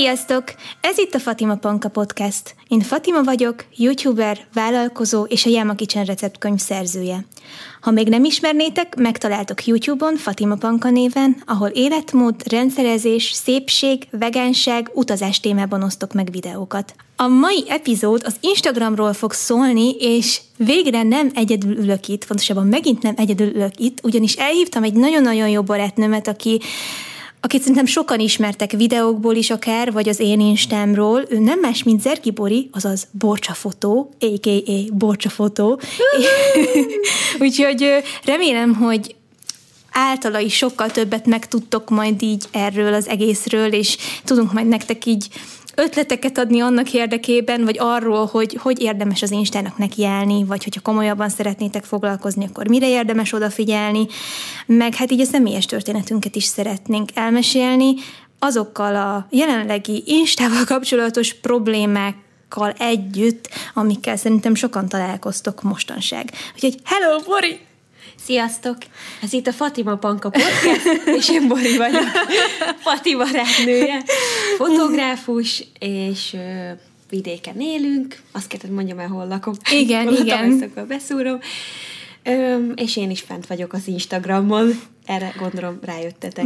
Sziasztok! Ez itt a Fatima Panka Podcast. Én Fatima vagyok, youtuber, vállalkozó és a Yama Kitchen receptkönyv szerzője. Ha még nem ismernétek, megtaláltok YouTube-on Fatima Panka néven, ahol életmód, rendszerezés, szépség, vegánság, utazás témában osztok meg videókat. A mai epizód az Instagramról fog szólni, és végre nem egyedül ülök itt, pontosabban megint nem egyedül ülök itt, ugyanis elhívtam egy nagyon-nagyon jó barátnőmet, akit szerintem sokan ismertek videókból is akár, vagy az én Instámról. Ő nem más, mint Zergi Bori, azaz Borcsafotó, a.k.a. Borcsafotó. Úgyhogy remélem, hogy általa is sokkal többet megtudtok majd így erről az egészről, és tudunk majd nektek így ötleteket adni annak érdekében, vagy arról, hogy érdemes az Instának nekiállni, vagy hogyha komolyabban szeretnétek foglalkozni, akkor mire érdemes odafigyelni, meg hát így a személyes történetünket is szeretnénk elmesélni, azokkal a jelenlegi Instával kapcsolatos problémákkal együtt, amikkel szerintem sokan találkoztok mostanság. Úgyhogy hello, Bori! Sziasztok! Ez itt a Fatima Panka Podcast, és én Bori vagyok, Fati barátnője, fotográfus, és vidéken élünk. Azt kellett mondjam el, hol lakom. Igen. Akkor beszúrom. És én is fent vagyok az Instagramon. Erre gondolom rájöttetek.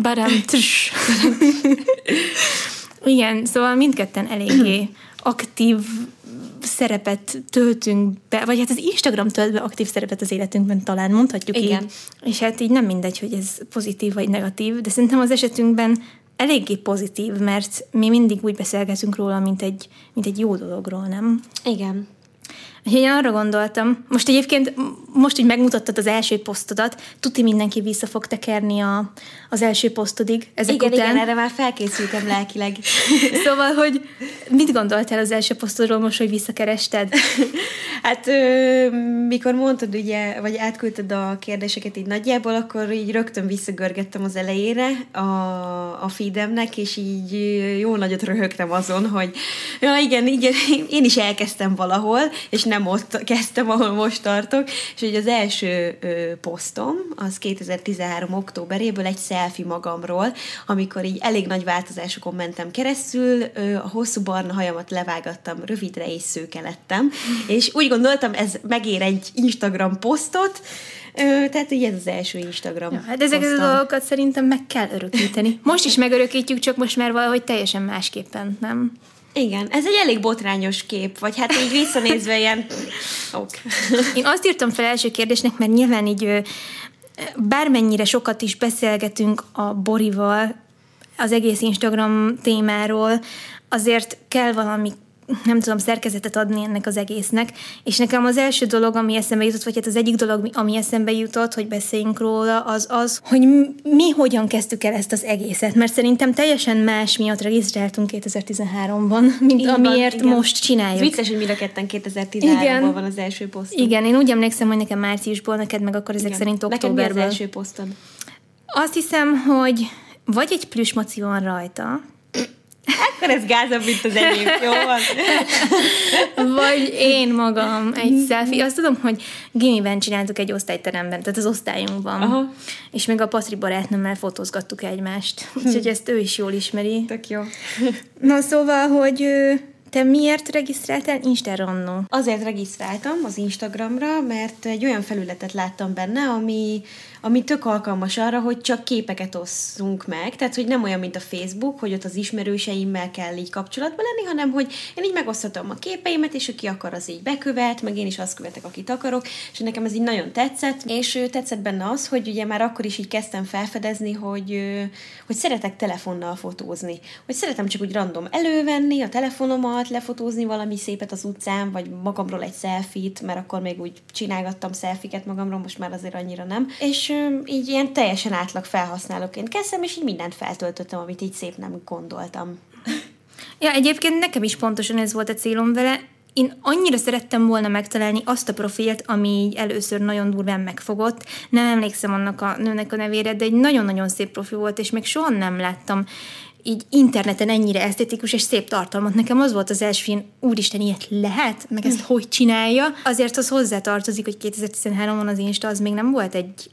Igen, szóval mindketten eléggé aktív szerepet töltünk be, vagy hát az Instagram tölt be aktív szerepet az életünkben, talán mondhatjuk. Igen. Így. És hát így nem mindegy, hogy ez pozitív vagy negatív, de szerintem az esetünkben eléggý pozitív, mert mi mindig úgy beszélgetünk róla, mint egy jó dologról, nem? Igen. Úgyhogy én arra gondoltam, most egyébként, hogy megmutattad az első posztodat, tuti mindenki vissza fog tekerni az első posztodig ezek után. Igen, erre már felkészültem lelkileg. Szóval, hogy mit gondoltál az első posztodról most, hogy visszakerested? Hát, mikor mondtad, ugye, vagy átküldted a kérdéseket így nagyjából, akkor így rögtön visszagörgettem az elejére a feedemnek, és így jó nagyot röhögtem azon, hogy ja, igen, én is elkezdtem valahol, és nem ott kezdtem, ahol most tartok, és hogy az első posztom, az 2013. októberéből egy selfie magamról, amikor így elég nagy változásokon mentem keresztül, a hosszú barna hajamat levágattam, rövidre és szőke lettem, és úgy gondoltam, ez megér egy Instagram posztot, tehát így ez az első Instagram hát ezeket a dolgokat szerintem meg kell örökíteni. Most is megörökítjük, csak most már valahogy teljesen másképpen, nem? Igen, ez egy elég botrányos kép, vagy hát így visszanézve ilyen... Én azt írtam fel első kérdésnek, mert nyilván így bármennyire sokat is beszélgetünk a Borival az egész Instagram témáról, azért kell valami, nem tudom, szerkezetet adni ennek az egésznek, és nekem az első dolog, ami eszembe jutott, vagy hát az egyik dolog, ami eszembe jutott, hogy beszéljünk róla, az, hogy mi hogyan kezdtük el ezt az egészet, mert szerintem teljesen más miatt regisztráltunk 2013-ban, mint így amiért van, most csináljuk. Ez vicces, hogy mind a ketten 2013-ban van az első posztom. Igen, én úgy emlékszem, hogy nekem márciusból, neked meg akkor ezek szerint októberből. Neked mi az első posztod? Azt hiszem, hogy vagy egy plüsmaci van rajta, akkor ez gázabb, mint az enyém, jó van? Vagy én magam egy selfie. Azt tudom, hogy gimiben csináltuk egy osztályteremben, tehát az osztályunkban. Aha. És még a Patri barátnőmmel fotózgattuk egymást. Úgyhogy ezt ő is jól ismeri. Tök jó. Na szóval, hogy te miért regisztráltál Instára annó? Azért regisztráltam az Instagramra, mert egy olyan felületet láttam benne, ami tök alkalmas arra, hogy csak képeket osszunk meg, tehát hogy nem olyan, mint a Facebook, hogy ott az ismerőseimmel kell így kapcsolatban lenni, hanem hogy én így megosztatom a képeimet, és aki akar, az így bekövet, meg én is azt követek, akit akarok, és nekem ez így nagyon tetszett, és tetszett benne az, hogy ugye már akkor is így kezdtem felfedezni, hogy szeretek telefonnal fotózni, hogy szeretem csak úgy random elővenni a telefonomat, lefotózni valami szépet az utcán, vagy magamról egy selfie-t, mert akkor még úgy csinálgattam selfie-ket magamról, most már azért annyira nem, és így ilyen teljesen átlag felhasználóként kezdtem, és így mindent feltöltöttem, amit így szép nem gondoltam. Ja, egyébként nekem is pontosan ez volt a célom vele. Én annyira szerettem volna megtalálni azt a profilt, ami így először nagyon durván megfogott. Nem emlékszem annak a nőnek a nevére, de egy nagyon-nagyon szép profi volt, és még soha nem láttam így interneten ennyire esztétikus és szép tartalmat. Nekem az volt az első ilyen, úristen, ilyet lehet? Meg ezt hogy csinálja? Azért az hozzátartozik, hogy 2013-ban az Insta az még nem volt egy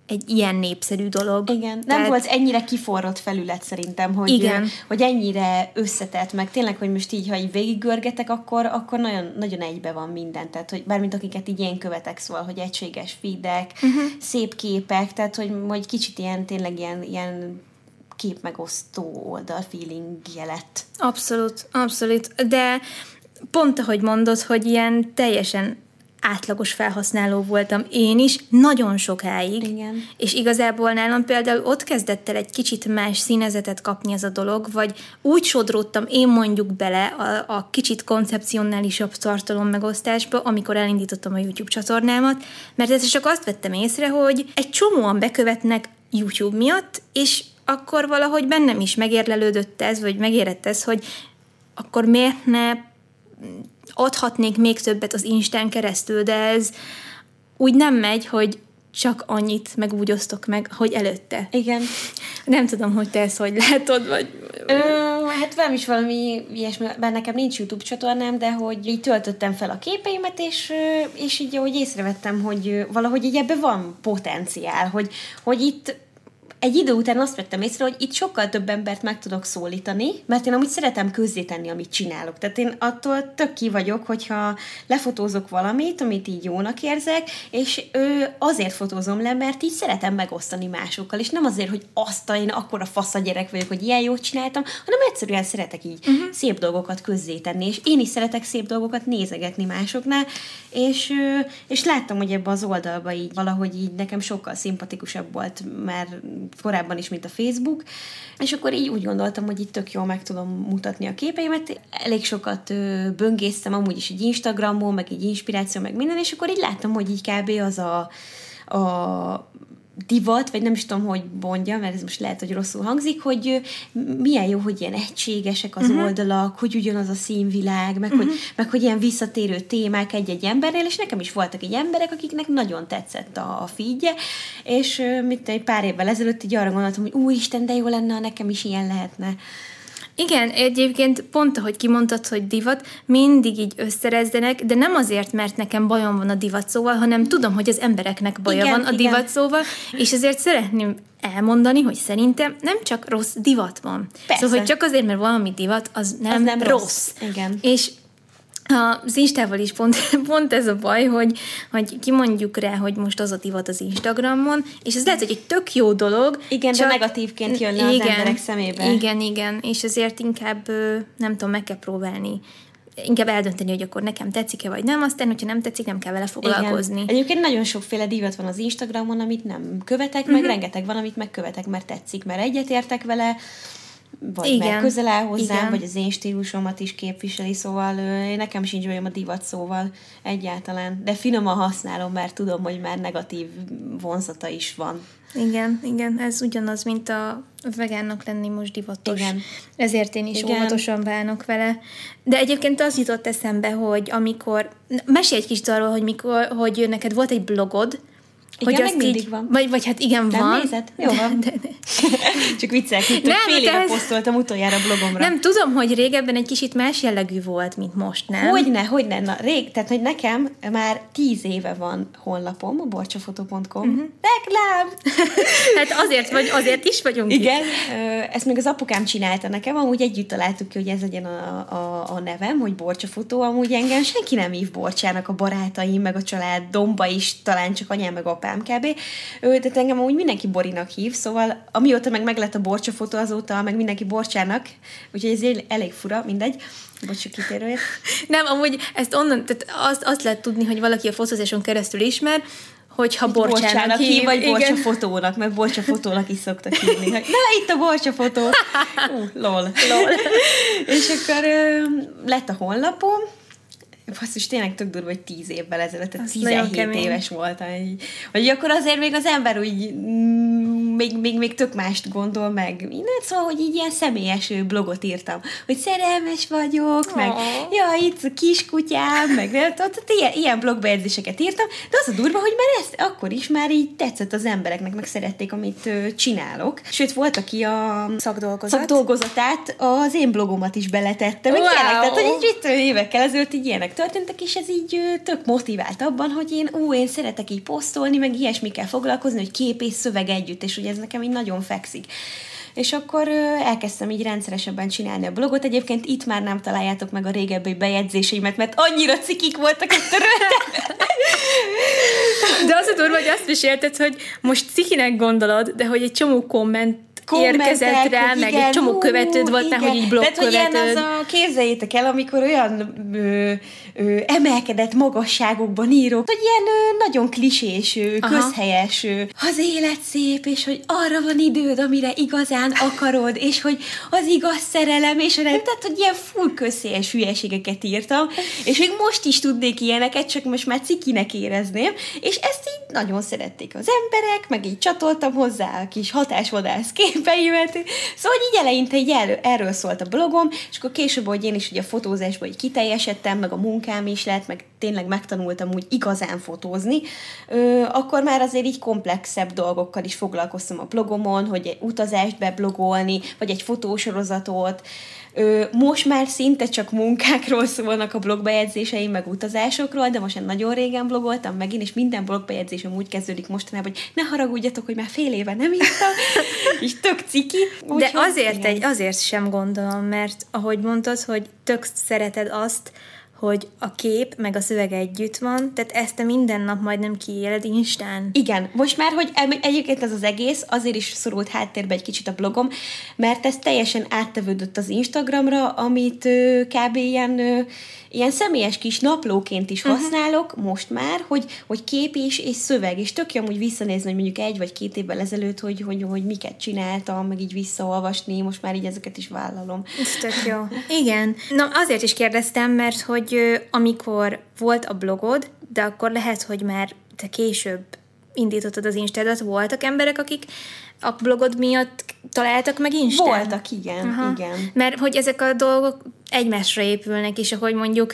egy ilyen népszerű dolog. Igen, nem volt ennyire kiforrott felület szerintem, hogy ennyire összetett, meg tényleg, hogy most így, ha így végiggörgetek, akkor nagyon, nagyon egybe van minden, tehát, hogy bármint akiket így én követek, szóval, hogy egységes feedek, szép képek, tehát, hogy kicsit ilyen, tényleg ilyen képmegosztó oldal feelingje lett. Abszolút, de pont ahogy mondod, hogy ilyen teljesen átlagos felhasználó voltam én is nagyon sokáig. Igen. És igazából nálam például ott kezdett el egy kicsit más színezetet kapni ez a dolog, vagy úgy sodródtam én mondjuk bele a kicsit koncepcionálisabb tartalom megosztásba, amikor elindítottam a YouTube csatornámat, mert ez csak azt vettem észre, hogy egy csomóan bekövetnek YouTube miatt, és akkor valahogy bennem is megérlelődött ez, vagy megérett ez, hogy akkor miért ne adhatnék még többet az Instán keresztül, de ez úgy nem megy, hogy csak annyit meg úgy osztok meg, hogy előtte. Igen. Nem tudom, hogy te ezt hogy látod, vagy... Hát velem is valami ilyesmi, bár nekem nincs YouTube csatornám, de hogy így töltöttem fel a képeimet, és így ahogy észrevettem, hogy valahogy így ebben van potenciál, hogy itt egy idő után azt vettem észre, hogy itt sokkal több embert meg tudok szólítani, mert én amúgy szeretem közzétenni, amit csinálok. Tehát én attól tök ki vagyok, hogyha lefotózok valamit, amit így jónak érzek, és azért fotózom le, mert így szeretem megosztani másokkal, és nem azért, hogy én akkora faszagyerek vagyok, hogy ilyen jót csináltam, hanem egyszerűen szeretek így szép dolgokat közzétenni, és én is szeretek szép dolgokat nézegetni másoknál, és láttam, hogy ebbe az oldalba így valahogy így nekem sokkal szimpatikusabb volt már korábban is, mint a Facebook, és akkor így úgy gondoltam, hogy itt tök jól meg tudom mutatni a képeimet. Elég sokat böngésztem amúgy is egy Instagramon, meg egy inspiráció, meg minden, és akkor így láttam, hogy így kb. Az a divat, vagy nem is tudom, hogy mondja, mert ez most lehet, hogy rosszul hangzik, hogy milyen jó, hogy ilyen egységesek az oldalak, hogy ugyanaz a színvilág, meg hogy ilyen visszatérő témák egy-egy embernél, és nekem is voltak így emberek, akiknek nagyon tetszett a feedje, és egy pár évvel ezelőtt így arra gondoltam, hogy úristen, de jó lenne, ha nekem is ilyen lehetne. Igen, egyébként pont ahogy kimondtad, hogy divat, mindig így összerezzenek, de nem azért, mert nekem bajom van a divat szóval, hanem tudom, hogy az embereknek baja van a divat szóval, és ezért szeretném elmondani, hogy szerintem nem csak rossz divat van. Persze. Szóval, hogy csak azért, mert valami divat, az nem rossz. Igen. És az Instával is pont ez a baj, hogy kimondjuk rá, hogy most az a divat az Instagramon, és ez lehet, hogy egy tök jó dolog. Igen, csak... de negatívként jön le az emberek szemébe. Igen, és ezért inkább, nem tudom, meg kell próbálni, inkább eldönteni, hogy akkor nekem tetszik-e, vagy nem, aztán, hogyha nem tetszik, nem kell vele foglalkozni. Igen. Egyébként nagyon sokféle divat van az Instagramon, amit nem követek, meg rengeteg van, amit megkövetek, mert tetszik, mert egyetértek vele, vagy mert közel áll hozzám, vagy az én stílusomat is képviseli, szóval nekem sincs olyan a divat szóval egyáltalán. De finoman használom, mert tudom, hogy már negatív vonzata is van. Igen, ez ugyanaz, mint a vegánnak lenni most divatos. Igen. Ezért én is óvatosan bánok vele. De egyébként az jutott eszembe, hogy amikor... Mesélj egy kicsit arról, hogy neked volt egy blogod, igen, hogy meg mindig így, van. Vagy hát igen, nem van. Nem nézed? Jó van. Csak viccelek, hogy fél éve posztoltam utoljára blogomra. Nem, tudom, hogy régebben egy kicsit más jellegű volt, mint most, nem? Hogyne. Na, tehát, hogy nekem már 10 éve van honlapom, a borcsafotó.com. Reklám! Hát azért is vagyunk igen, ezt még az apukám csinálta nekem, amúgy együtt találtuk ki, hogy ez legyen a nevem, hogy borcsafotó, amúgy engem senki nem hív Borcsának, a barátaim, meg a család Domba is, talán csak anyám, meg apám kb. Tehát engem úgy mindenki Borinak hív, szóval amióta meg lett a borcsafotó, azóta meg mindenki Borcsának, úgyhogy ez elég fura, mindegy. Bocsuk kitérőért. Nem, amúgy ezt onnan, tehát azt lehet tudni, hogy valaki a fotózáson keresztül ismer, hogyha Borcsának hív, vagy Borcsafotónak, meg Borcsafotónak is szoktak hívni. Hogy, na, itt a Borcsafotó! Lol. És akkor lett a honlapom, basszus, tényleg tök durva, hogy 10 évvel ezelőtt, tehát 17 éves voltam. Hogy akkor azért még az ember úgy még tök mást gondol meg. Szóval, hogy így ilyen személyes blogot írtam, hogy szerelmes vagyok, meg itt a kiskutyám, meg tehát ilyen blogbejegyzéseket írtam, de az a durva, hogy már ezt akkor is már így tetszett az embereknek, meg szerették, amit csinálok. Sőt, volt, aki a szakdolgozatát az én blogomat is beletette, meg ilyenek, tehát hogy így évekkel ezelőtt így ilyenek történtek, és ez így tök motivált abban, hogy én szeretek így posztolni, meg ilyesmikkel foglalkozni, hogy kép és szöveg együtt, és hogy ez nekem így nagyon fekszik. És akkor elkezdtem így rendszeresebben csinálni a blogot. Egyébként itt már nem találjátok meg a régebbi bejegyzéseimet, mert annyira cikik voltak, hogy töröltem. De az a durva, hogy azt mesélted, hogy most cikinek gondolod, de hogy egy csomó komment érkezett rá, meg egy csomó követőd volt, hogy így blogkövetőd. Tehát, hogy ilyen képzeljétek el, amikor olyan emelkedett magasságokban írok, hogy ilyen nagyon klisés, közhelyes, az élet szép, és hogy arra van időd, amire igazán akarod, és hogy az igaz szerelem, és nem, tehát, hogy ilyen full közhelyes hülyeségeket írtam, és még most is tudnék ilyeneket, csak most már cikinek érezném, és ezt így nagyon szerették az emberek, meg így csatoltam hozzá a kis hatásvadász képeimet, szóval így eleinte így erről szólt a blogom, és akkor később, hogy én is ugye a fotózásban így kiteljesedtem, meg a munkám is lett, meg tényleg megtanultam úgy igazán fotózni, akkor már azért így komplexebb dolgokkal is foglalkoztam a blogomon, hogy egy utazást beblogolni, vagy egy fotósorozatot. Most már szinte csak munkákról szólnak a blogbejegyzéseim, meg utazásokról, de most már nagyon régen blogoltam megint, és minden blogbejegyzésem úgy kezdődik mostanában, hogy ne haragudjatok, hogy már fél éve nem írtam, és tök ciki. De azért sem gondolom, mert ahogy mondtad, hogy tök szereted azt, hogy a kép meg a szöveg együtt van, tehát ezt te minden nap majdnem kiéled Instán. Igen, most már, hogy egyébként ez az egész, azért is szorult háttérbe egy kicsit a blogom, mert ez teljesen áttevődött az Instagramra, amit kb. Ilyen személyes kis naplóként is használok most már, hogy kép is, és szöveg, és tök jó amúgy visszanézni, hogy mondjuk 1 vagy 2 évvel ezelőtt, hogy miket csináltam, meg így visszaolvasni, most már így ezeket is vállalom. Ez tök jó. Igen. Na, azért is kérdeztem, mert hogy amikor volt a blogod, de akkor lehet, hogy már te később indítottad az Instádat, voltak emberek, akik a blogod miatt találtak meg Instán? Voltak, igen. Mert hogy ezek a dolgok egymásra épülnek, és ahogy mondjuk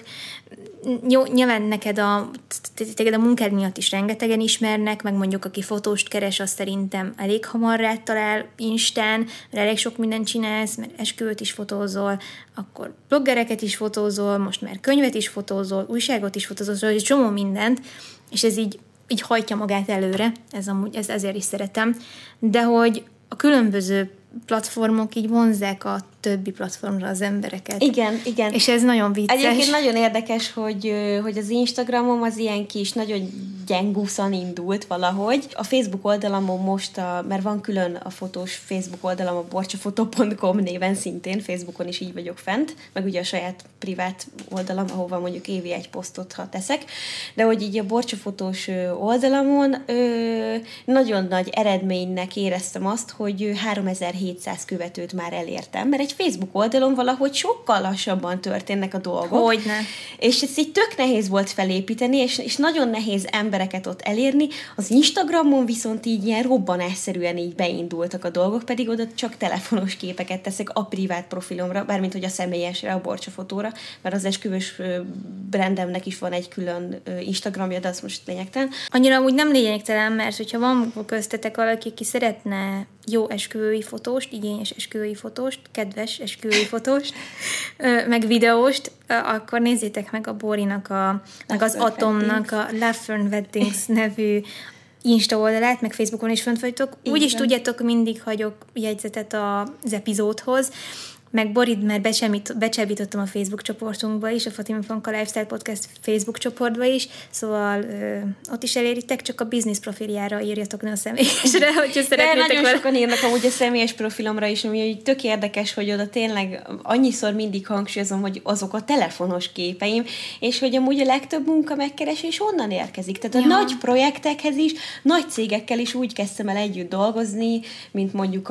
jó, nyilván neked a munkád miatt is rengetegen ismernek, meg mondjuk aki fotóst keres, azt szerintem elég hamar rád talál Instán, mert elég sok mindent csinálsz, mert esküvőt is fotózol, akkor bloggereket is fotózol, most már könyvet is fotózol, újságot is fotózol, egy csomó mindent, és ez így hajtja magát előre, ez ezért is szeretem, de hogy a különböző platformok így vonzzák a többi platformra az embereket. Igen. És ez nagyon vicces. Egyébként nagyon érdekes, hogy az Instagramom az ilyen kis, nagyon gyengúszan indult valahogy. A Facebook oldalamon most, mert van külön a fotós Facebook oldalam, a borcsafotó.com néven szintén, Facebookon is így vagyok fent, meg ugye a saját privát oldalam, ahova mondjuk évi 1 posztot, ha teszek, de hogy így a borcsafotós oldalamon nagyon nagy eredménynek éreztem azt, hogy 3700 követőt már elértem, mert egy Facebook oldalon valahogy sokkal lassabban történnek a dolgok. Hogyne. És ez így tök nehéz volt felépíteni, és nagyon nehéz embereket ott elérni. Az Instagramon viszont így ilyen robbanásszerűen így beindultak a dolgok, pedig oda csak telefonos képeket teszek a privát profilomra, bármint hogy a személyesre, a borcsafotóra, mert az esküvős brandemnek is van egy külön Instagramja, de az most lényegtelen. Annyira amúgy nem lényegtelen, mert hogyha van köztetek valaki, aki szeretne jó esküvői fotóst, igényes esküvői fotóst, kedves esküvői fotóst, meg videóst, akkor nézzétek meg a Bórinak, meg az Atomnak a Lafern Weddings nevű Insta oldalát, meg Facebookon is fönt vagytok. Úgyis tudjátok, mindig hagyok jegyzetet az epizódhoz, meg Borid már becsábítottam a Facebook csoportunkba is, a Fatima Panka Lifestyle Podcast Facebook csoportba is, szóval ott is eléritek, csak a business profiljára írjatok ne a személyesre, hogyha szeretnétek. De nagyon sokan írnak amúgy a személyes profilomra is, ami tök érdekes, hogy oda tényleg annyiszor mindig hangsúlyozom, hogy azok a telefonos képeim, és hogy amúgy a legtöbb munka megkeresés onnan érkezik. Tehát a nagy projektekhez is, nagy cégekkel is úgy kezdtem el együtt dolgozni, mint mondjuk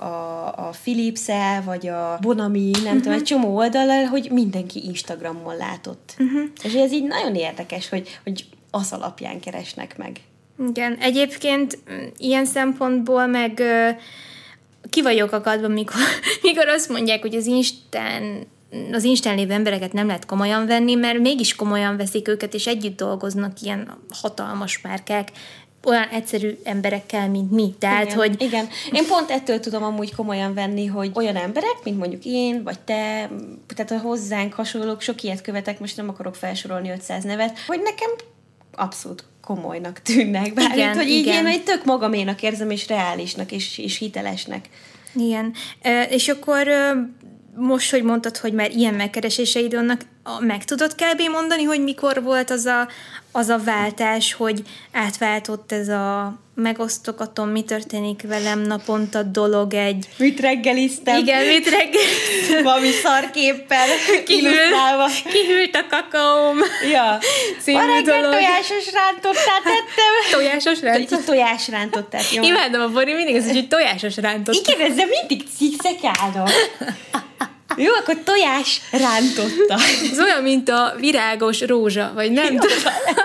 a Philips-el, vagy a Bonami, nem tudom, egy csomó oldalal, hogy mindenki Instagramon látott. És ez így nagyon érdekes, hogy az alapján keresnek meg. Igen, egyébként ilyen szempontból meg ki vagyok akadva, mikor azt mondják, hogy az Instán lévő embereket nem lehet komolyan venni, mert mégis komolyan veszik őket, és együtt dolgoznak ilyen hatalmas márkák, olyan egyszerű emberekkel, mint mi. Tehát, igen, hogy... Igen. Én pont ettől tudom amúgy komolyan venni, hogy olyan emberek, mint mondjuk én, vagy te, tehát a hozzánk hasonlók, sok ilyet követek, most nem akarok felsorolni 500 nevet, hogy nekem abszolút komolynak tűnnek. Bármint, hogy így én egy tök magaménak érzem, és reálisnak, és hitelesnek. Igen. És akkor most, hogy mondtad, hogy már ilyen megkereséseid vannak, meg tudod kb. Mondani, hogy mikor volt az a váltás, hogy átváltott ez a megosztogatom, mi történik velem naponta dolog egy... Mit reggeliztem? Igen, mit reggeliztem. Valami szarképpel illusztrálva. Kihűlt a kakaóm. Ja. Ma reggel tojásos rántottát tettem. Tojásos rántottát? Tojás rántottát, jó. Imádom a Bori, mindig az, hogy tojásos rántottát. Igen, ezzel mindig cikszekálnak. Jó, akkor tojás rántotta. Ez olyan, mint a virágos rózsa, vagy nem tudom.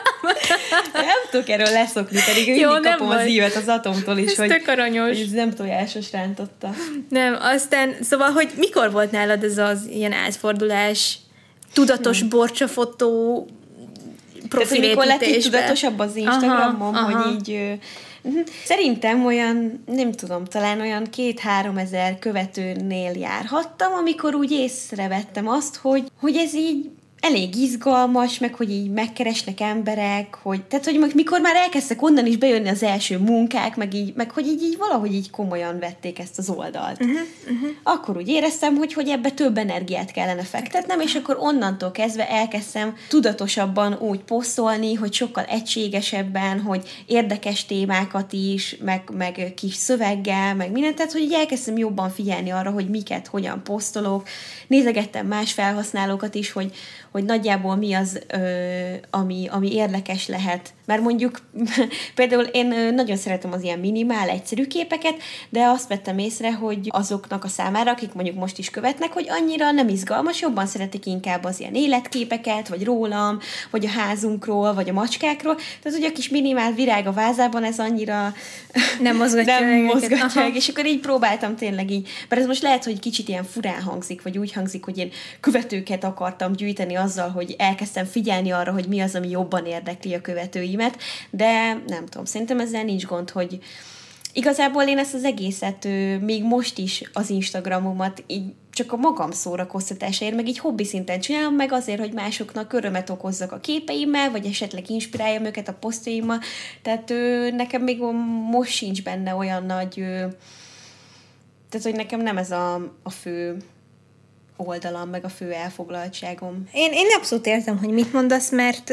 Nem tudok erről leszokni, pedig mindig kapom az ívet az Atomtól is, hogy ez nem tojásos rántotta. Nem, aztán, szóval, hogy mikor volt nálad ez az ilyen átfordulás, tudatos borcsafotó profilépítésbe? Mikor lett így tudatosabb az Instagramom, hogy így... Szerintem olyan, nem tudom, talán olyan 2-3 ezer követőnél járhattam, amikor úgy észrevettem azt, hogy ez így elég izgalmas, meg hogy így megkeresnek emberek, tehát hogy mikor már elkezdtek onnan is bejönni az első munkák, meg hogy így valahogy így komolyan vették ezt az oldalt. Akkor úgy éreztem, hogy ebbe több energiát kellene fektetnem, és akkor onnantól kezdve elkezdtem tudatosabban úgy posztolni, hogy sokkal egységesebben, hogy érdekes témákat is, meg kis szöveggel, meg mindent, tehát hogy így elkezdtem jobban figyelni arra, hogy miket, hogyan posztolok. Nézegettem más felhasználókat is, hogy nagyjából mi az, ami érdekes lehet. Mert mondjuk például én nagyon szeretem az ilyen minimál, egyszerű képeket, de azt vettem észre, hogy azoknak a számára, akik mondjuk most is követnek, hogy annyira nem izgalmas, jobban szeretik inkább az ilyen életképeket, vagy rólam, vagy a házunkról, vagy a macskákról. Tehát, hogy a kis minimál virág a vázában, ez annyira nem mozgatja. És akkor így próbáltam tényleg így, mert ez most lehet, hogy kicsit ilyen furán hangzik, vagy úgy hangzik, hogy én követőket akartam gyűjteni azzal, hogy elkezdtem figyelni arra, hogy mi az, ami jobban érdekli a követőimet, de nem tudom, szerintem ezzel nincs gond, hogy igazából én ezt az egészet még most is az Instagramomat így csak a magam szórakoztatásáért, meg így hobbi szinten csinálom, meg azért, hogy másoknak örömet okozzak a képeimmel, vagy esetleg inspiráljam őket a posztjaimmal, tehát nekem még most sincs benne olyan nagy, tehát hogy nekem nem ez a fő oldalam, meg a fő elfoglaltságom. Én abszolút értem, hogy mit mondasz, mert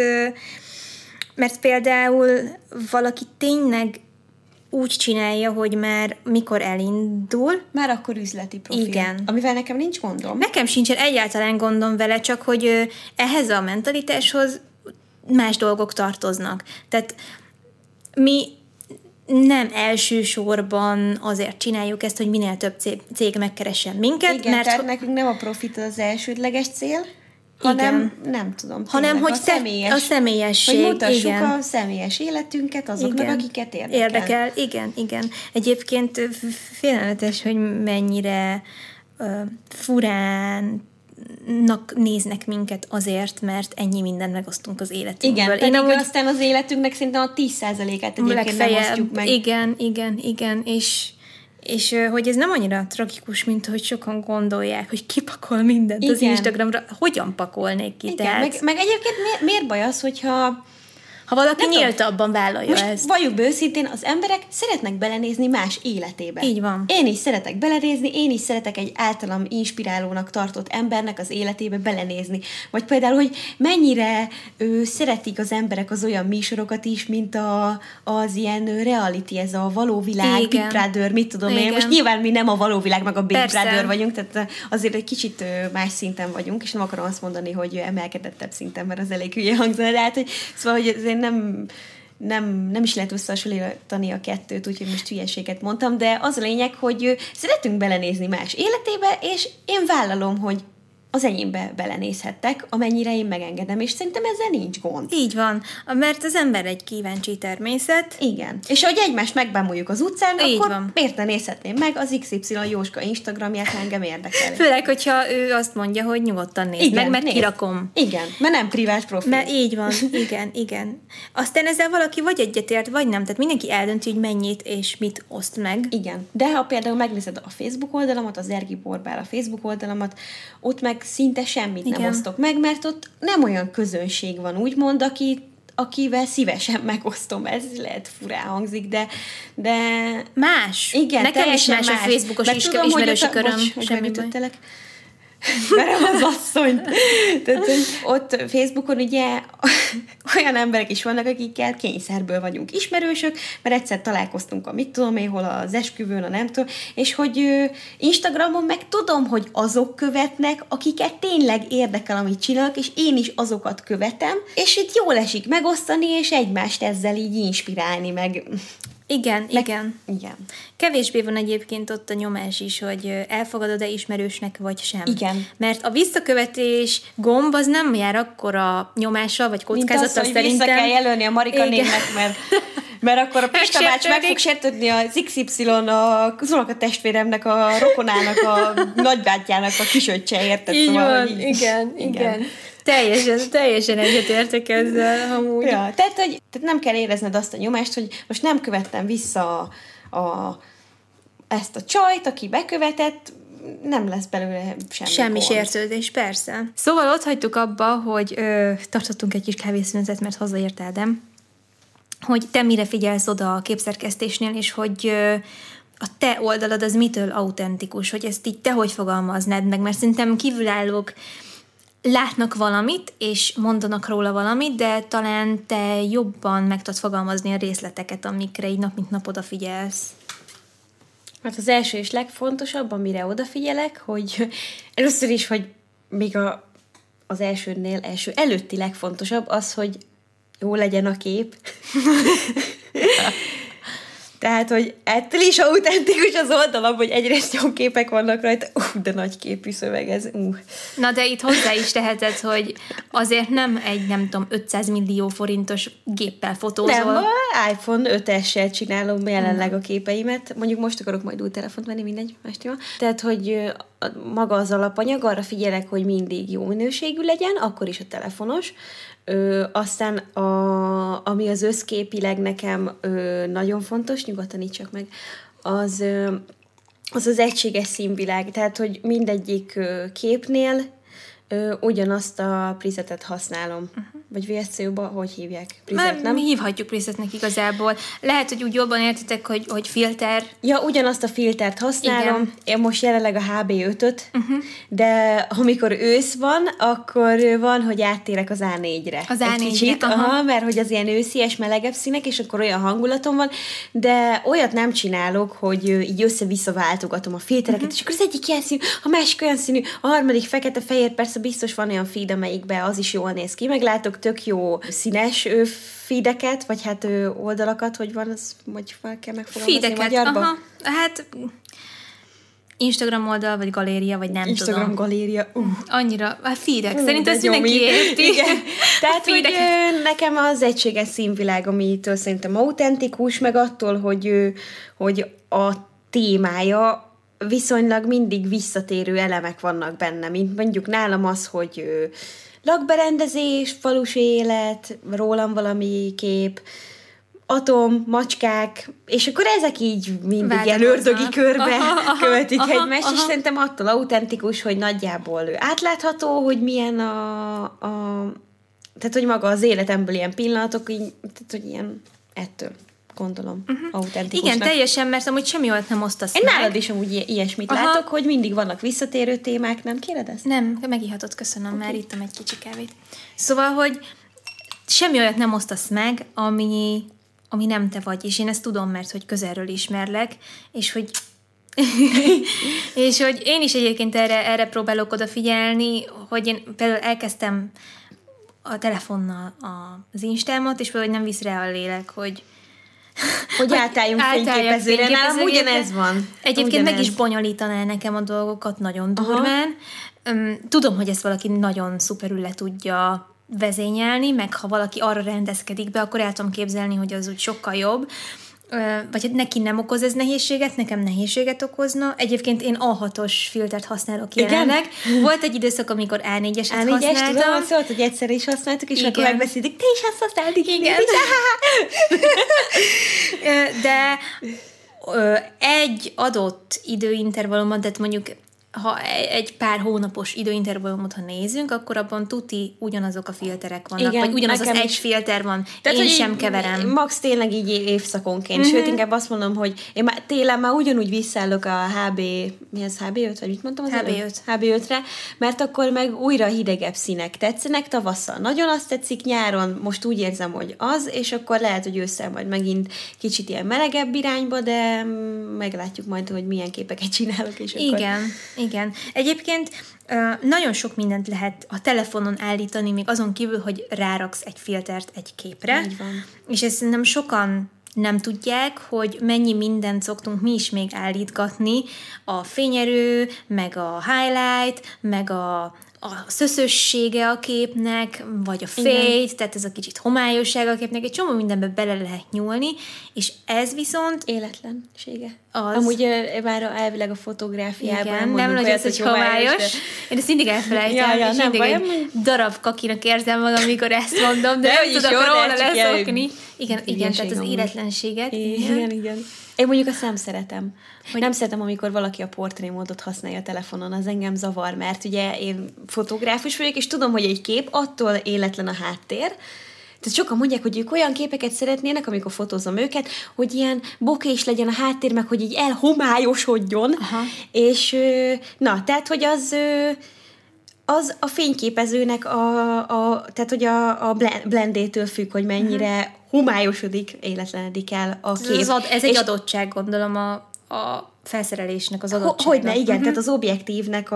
például valaki tényleg úgy csinálja, hogy már mikor elindul. Már akkor üzleti profil. Igen. Amivel nekem nincs gondom. Nekem sincsen egyáltalán gondom vele, csak hogy ehhez a mentalitáshoz más dolgok tartoznak. Tehát mi nem elsősorban azért csináljuk ezt, hogy minél több cég megkeressen minket. Igen, mert tehát nekünk nem a profit az elsődleges cél, hanem, nem tudom, hanem hogy a személyesség. Hogy mutassuk a személyes életünket azoknak, akiket érdekel. Igen. Egyébként félelmetes, hogy mennyire furánnak néznek minket azért, mert ennyi mindent megosztunk az életünkből. Igen, pedig aztán az életünknek szerintem a 10%-át egyébként nem osztjuk meg. Igen, és hogy ez nem annyira tragikus, mint hogy sokan gondolják, hogy kipakol mindent az Instagramra. Hogyan pakolnék ki? Igen, meg egyébként miért baj az, hogyha valaki nyíltabban vállalja most ezt. Valljuk be őszintén, az emberek szeretnek belenézni más életébe. Így van. Én is szeretek belenézni, én is szeretek egy általam inspirálónak tartott embernek az életébe belenézni. Vagy például, hogy mennyire szeretik az emberek az olyan műsorokat is, mint az ilyen reality, ez a való világ, Big Brother, mit tudom én. Most nyilván mi nem a való világ, meg a Big Brother vagyunk, tehát azért egy kicsit más szinten vagyunk, és nem akarom azt mondani, hogy emelkedettebb szinten, mert az elég hülye hangzana, de hát, hogy szóval, hogy azért nem is lehet összehasonlítani a kettőt, úgyhogy most hülyeséget mondtam, de az a lényeg, hogy szeretünk belenézni más életébe, és én vállalom, hogy az enyémbe belenézhettek, amennyire én megengedem, és szerintem ezzel nincs gond. Így van, mert az ember egy kíváncsi természet. Igen. És ahogy egymást megbámuljuk az utcán, így akkor van. miért ne nézhetném meg az XY Jóska Instagramját, engem érdekel. Főleg, hogyha ő azt mondja, hogy nyugodtan nézd meg, mert kirakom. Igen, mert nem privát profil. Mert így van, igen. Aztán ezzel valaki vagy egyetért, vagy nem. Tehát mindenki eldönti, hogy mennyit és mit oszt meg. Igen. De ha például megnézed a Facebook oldalamat, az Ergi Borbál a Facebook oldalamat, ott meg szinte semmit nem osztok meg, mert ott nem olyan közönség van, úgymond, akivel szívesen megosztom. Ez lehet furán hangzik, de más. Igen, nekem is más a Facebookos ismerősi köröm. Semmi baj. Verem az asszonyt. Tehát, ott Facebookon ugye olyan emberek is vannak, akikkel kényszerből vagyunk ismerősök, mert egyszer találkoztunk a mit tudom én, hol az esküvőn, a nem tudom, és hogy Instagramon meg tudom, hogy azok követnek, akiket tényleg érdekel, amit csinálok, és én is azokat követem, és itt jól esik megosztani, és egymást ezzel így inspirálni, meg... Igen. Kevésbé van egyébként ott a nyomás is, hogy elfogadod-e ismerősnek, vagy sem. Igen. Mert a visszakövetés gomb az nem jár akkora nyomással, vagy kockázattal szerintem. Mint az, hogy vissza kell jelölni a Marika névnek, mert akkor a Pista bács meg fog sértődni az XY, az unoka testvéremnek, a rokonának, a nagybátyjának a kisöccse, érted? Így szóval, van, igen. Teljesen egyetértek ezzel, amúgy. Ja, tehát nem kell érezned azt a nyomást, hogy most nem követtem vissza ezt a csajt, aki bekövetett, nem lesz belőle semmi sértődés, persze. Szóval ott hagytuk abba, hogy tartottunk egy kis kávészünetet, mert hazaért Ádám, hogy te mire figyelsz oda a képszerkesztésnél, és hogy a te oldalad az mitől autentikus, hogy ezt így te hogy fogalmaznád meg, mert szerintem kívülállók látnak valamit, és mondanak róla valamit, de talán te jobban meg tudod fogalmazni a részleteket, amikre így nap mint nap odafigyelsz. Hát az első és legfontosabb, amire odafigyelek, hogy először is, hogy még az első előtti legfontosabb az, hogy jó legyen a kép. Tehát, hogy ettől is autentikus az oldalam, hogy egyrészt jó képek vannak rajta, de nagy képű szöveg ez. Na, de itt hozzá is teheted, hogy azért nem egy, nem tudom, 500 millió forintos géppel fotózol. Nem, iPhone 5S-sel csinálom jelenleg a képeimet. Mondjuk most akarok majd új telefont venni, mindegy, más téma. Tehát, hogy maga az alapanyag, arra figyelek, hogy mindig jó minőségű legyen, akkor is a telefonos. Aztán ami az összképileg nekem nagyon fontos, nyugodtan így csak meg, az egységes színvilág, tehát hogy mindegyik képnél ugyanazt a presetet használom. Vagy VSCO-ba, hogy hívják? Preset, nem? Hívhatjuk presetnek igazából. Lehet, hogy úgy jobban értitek, hogy filter. Ja, ugyanazt a filtert használom. Igen. Én most jelenleg a HB5-öt, de amikor ősz van, akkor van, hogy áttérek az A4-re. Az A4-re, kicsit, mert hogy az ilyen őszies, melegebb színek, és akkor olyan hangulatom van, de olyat nem csinálok, hogy így össze-vissza váltogatom a filtereket, és akkor az egyik ilyen színű, a másik olyan színű, a harmadik fekete-fehér, persze biztos van olyan feed, amelyikben az is jól néz ki, meglátok tök jó színes feedeket, vagy hát oldalakat, hogy van, az hogy fel kell megfogalmazni magyarba? Aha, hát Instagram oldal, vagy galéria, vagy nem Instagram tudom. galéria. Annyira, feedek, szerintem ezt mindenki érti. Igen. Tehát, hogy nekem az egységes színvilág, amitől szerintem autentikus, meg attól, hogy a témája viszonylag mindig visszatérő elemek vannak benne, mint mondjuk nálam az, hogy lakberendezés, falusi élet, rólam valami kép, atom, macskák, és akkor ezek így mindig ilyen ördögi körbe követik egymást, és szerintem attól autentikus, hogy nagyjából átlátható, hogy milyen tehát, hogy maga az életemből ilyen pillanatok, így, tehát, hogy ilyen ettől gondolom, autentikusnak. Igen, teljesen, mert amúgy semmi olyat nem osztasz meg. Nálad is amúgy ilyesmit látok, hogy mindig vannak visszatérő témák, nem kéred ezt? Nem, megihatod, köszönöm, már ittam egy kicsi kávét. Szóval, hogy semmi olyat nem osztasz meg, ami nem te vagy, és én ezt tudom, mert hogy közelről ismerlek, és hogy és hogy én is egyébként erre próbálok odafigyelni, hogy én például elkezdtem a telefonnal az Instámat, és például nem visz rá a lélek, hogy hogy átálljunk fényképezőre. Nálam ugyanez van. Egyébként meg is bonyolítaná nekem a dolgokat nagyon durván. Tudom, hogy ezt valaki nagyon szuperül le tudja vezényelni, meg ha valaki arra rendezkedik be, akkor el tudom képzelni, hogy az úgy sokkal jobb. Vagy hát neki nem okoz ez nehézséget, nekem nehézséget okozna. Egyébként én A6-os filtert használok jelenleg. Volt egy időszak, amikor A4-eset használtam. Tudom, szólt, hogy egyszer is használtuk, és akkor megbeszélik, te is azt használod, igen. De egy adott időintervallumban, tehát mondjuk ha egy pár hónapos időintervallumot, ha nézünk, akkor abban tuti ugyanazok a filterek vannak, igen, vagy ugyanaz az egy filter van. Tehát, én sem keverem. Max tényleg így évszakonként. Sőt, inkább azt mondom, hogy én télen már ugyanúgy visszállok a HB5, vagy mit mondtam? HB5-re, mert akkor meg újra hidegebb színek tetszenek, tavasszal nagyon azt tetszik, nyáron most úgy érzem, hogy az, és akkor lehet, hogy ősszel majd megint kicsit ilyen melegebb irányba, de meglátjuk majd, hogy milyen képeket csinálok, és akkor... Igen. Egyébként nagyon sok mindent lehet a telefonon állítani, még azon kívül, hogy ráraksz egy filtert egy képre. Így van. És ezt nem sokan nem tudják, hogy mennyi mindent szoktunk mi is még állítgatni. A fényerő, meg a highlight, meg a szöszössége a képnek, vagy a fade, tehát ez a kicsit homályosság a képnek, egy csomó mindenbe bele lehet nyúlni, és ez viszont... Életlensége. Az. Amúgy már elvileg a fotográfiában igen, nem nagy az, hogy homályos. De... Én ezt mindig elfelejtem, és mindig egy darab kakinak érzem magam, amikor ezt mondom, de nem tudok róla leszokni. Igen, tehát az életlenséget. Igen. Én mondjuk azt nem szeretem. Nem szeretem, amikor valaki a portrémódot használja a telefonon, az engem zavar, mert ugye én fotográfus vagyok, és tudom, hogy egy kép attól életlen a háttér. Tehát sokan mondják, hogy ők olyan képeket szeretnének, amikor fotózom őket, hogy ilyen bokés legyen a háttér, meg hogy így elhomályosodjon. Aha. És tehát, hogy az a fényképezőnek tehát, hogy a blendétől függ, hogy mennyire homályosodik, életlenedik el a kép. Ez egy adottság, gondolom, a felszerelésnek az adottsága. Hogyne, igen, tehát az objektívnek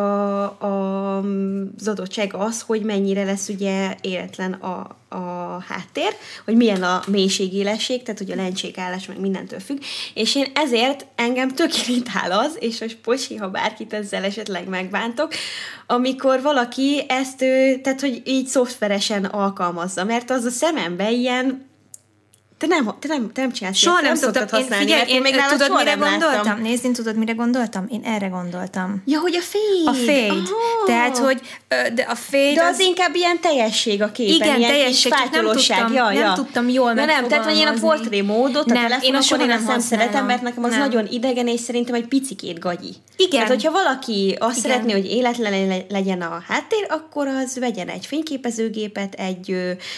az adottság az, hogy mennyire lesz ugye életlen a háttér, hogy milyen a mélységélesség, tehát hogy a lencsékállás meg mindentől függ, és én ezért engem tök irritál az, és most pocsi, ha bárkit ezzel esetleg megbántok, amikor valaki ezt, tehát hogy így szoftveresen alkalmazza, mert az a szemembe ilyen Te nem csinálsz. Soha nem szoktad használni. Figyelj, én tudod, mire gondoltam? Nézd, én tudod, mire gondoltam? Én erre gondoltam. Ja, hogy a fade. A fade. Oh. Tehát, hogy de a fade de az inkább ilyen teljesség a képen. Igen, ilyen teljesség, nem tudtam jól megfogalmazni. Tehát, hogy én a portré módot a telefonon nem szeretem, mert nekem az nagyon idegen, és szerintem egy picikét gagyi. Igen. Tehát, hogyha valaki azt szeretné, hogy életlen legyen a háttér, akkor az vegyen egy fényképezőgépet, egy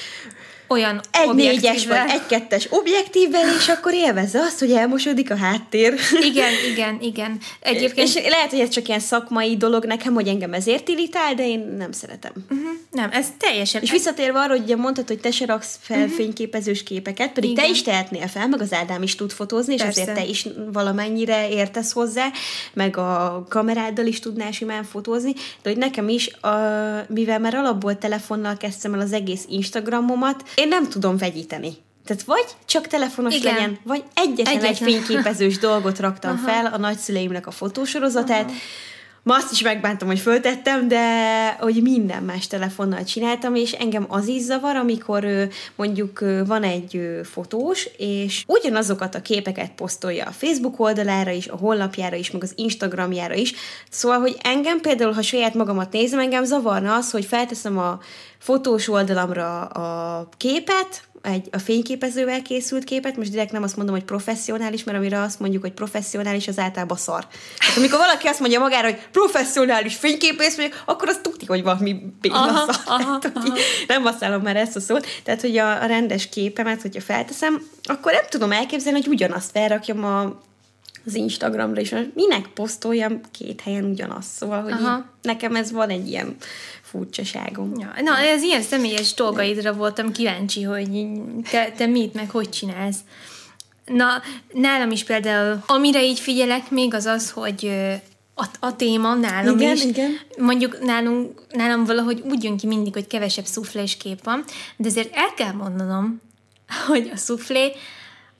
4-es vagy 1-2-es objektívvel, és akkor élvezze azt, hogy elmosódik a háttér. Igen. Egyébként... És lehet, hogy ez csak ilyen szakmai dolog nekem, hogy engem ezért irritál, de én nem szeretem. Nem, ez teljesen... És visszatérve arra, hogy ugye mondtad, hogy te se raksz fel fényképezős képeket, pedig te is tehetnél fel, meg az Ádám is tud fotózni, és azért te is valamennyire értesz hozzá, meg a kameráddal is tudnál simán fotózni, de hogy nekem is, mivel már alapból telefonnal kezdtem el az egész Instagramomat, én nem tudom vegyíteni. Tehát vagy csak telefonos legyen, vagy egyetlen egy fényképezős dolgot raktam fel, a nagyszüleimnek a fotósorozatát. Ma azt is megbántam, hogy föltettem, de hogy minden más telefonnal csináltam, és engem az is zavar, amikor mondjuk van egy fotós, és ugyanazokat a képeket posztolja a Facebook oldalára is, a honlapjára is, meg az Instagramjára is. Szóval, hogy engem például, ha saját magamat nézem, engem zavarna az, hogy felteszem a fotós oldalamra a képet, a fényképezővel készült képet, most direkt nem azt mondom, hogy professzionális, mert amire azt mondjuk, hogy professzionális, az általában szar. Tehát amikor valaki azt mondja magára, hogy professzionális fényképész, akkor azt tudni, hogy valami béna szar. Nem használom már ezt a szót. Tehát, hogy a rendes képemet, hogyha felteszem, akkor nem tudom elképzelni, hogy ugyanazt felrakjam az Instagramra is. Minek posztoljam 2 helyen ugyanazt? Szóval, hogy nekem ez van egy ilyen furcsaságom. Ja, na, ez ilyen személyes dolgaidra voltam kíváncsi, hogy te mit, meg hogy csinálsz. Na, nálam is például, amire így figyelek még, az az, hogy a téma nálam is. Igen. Mondjuk nálam valahogy úgy jön ki mindig, hogy kevesebb szuflés kép van, de azért el kell mondanom, hogy a szuflé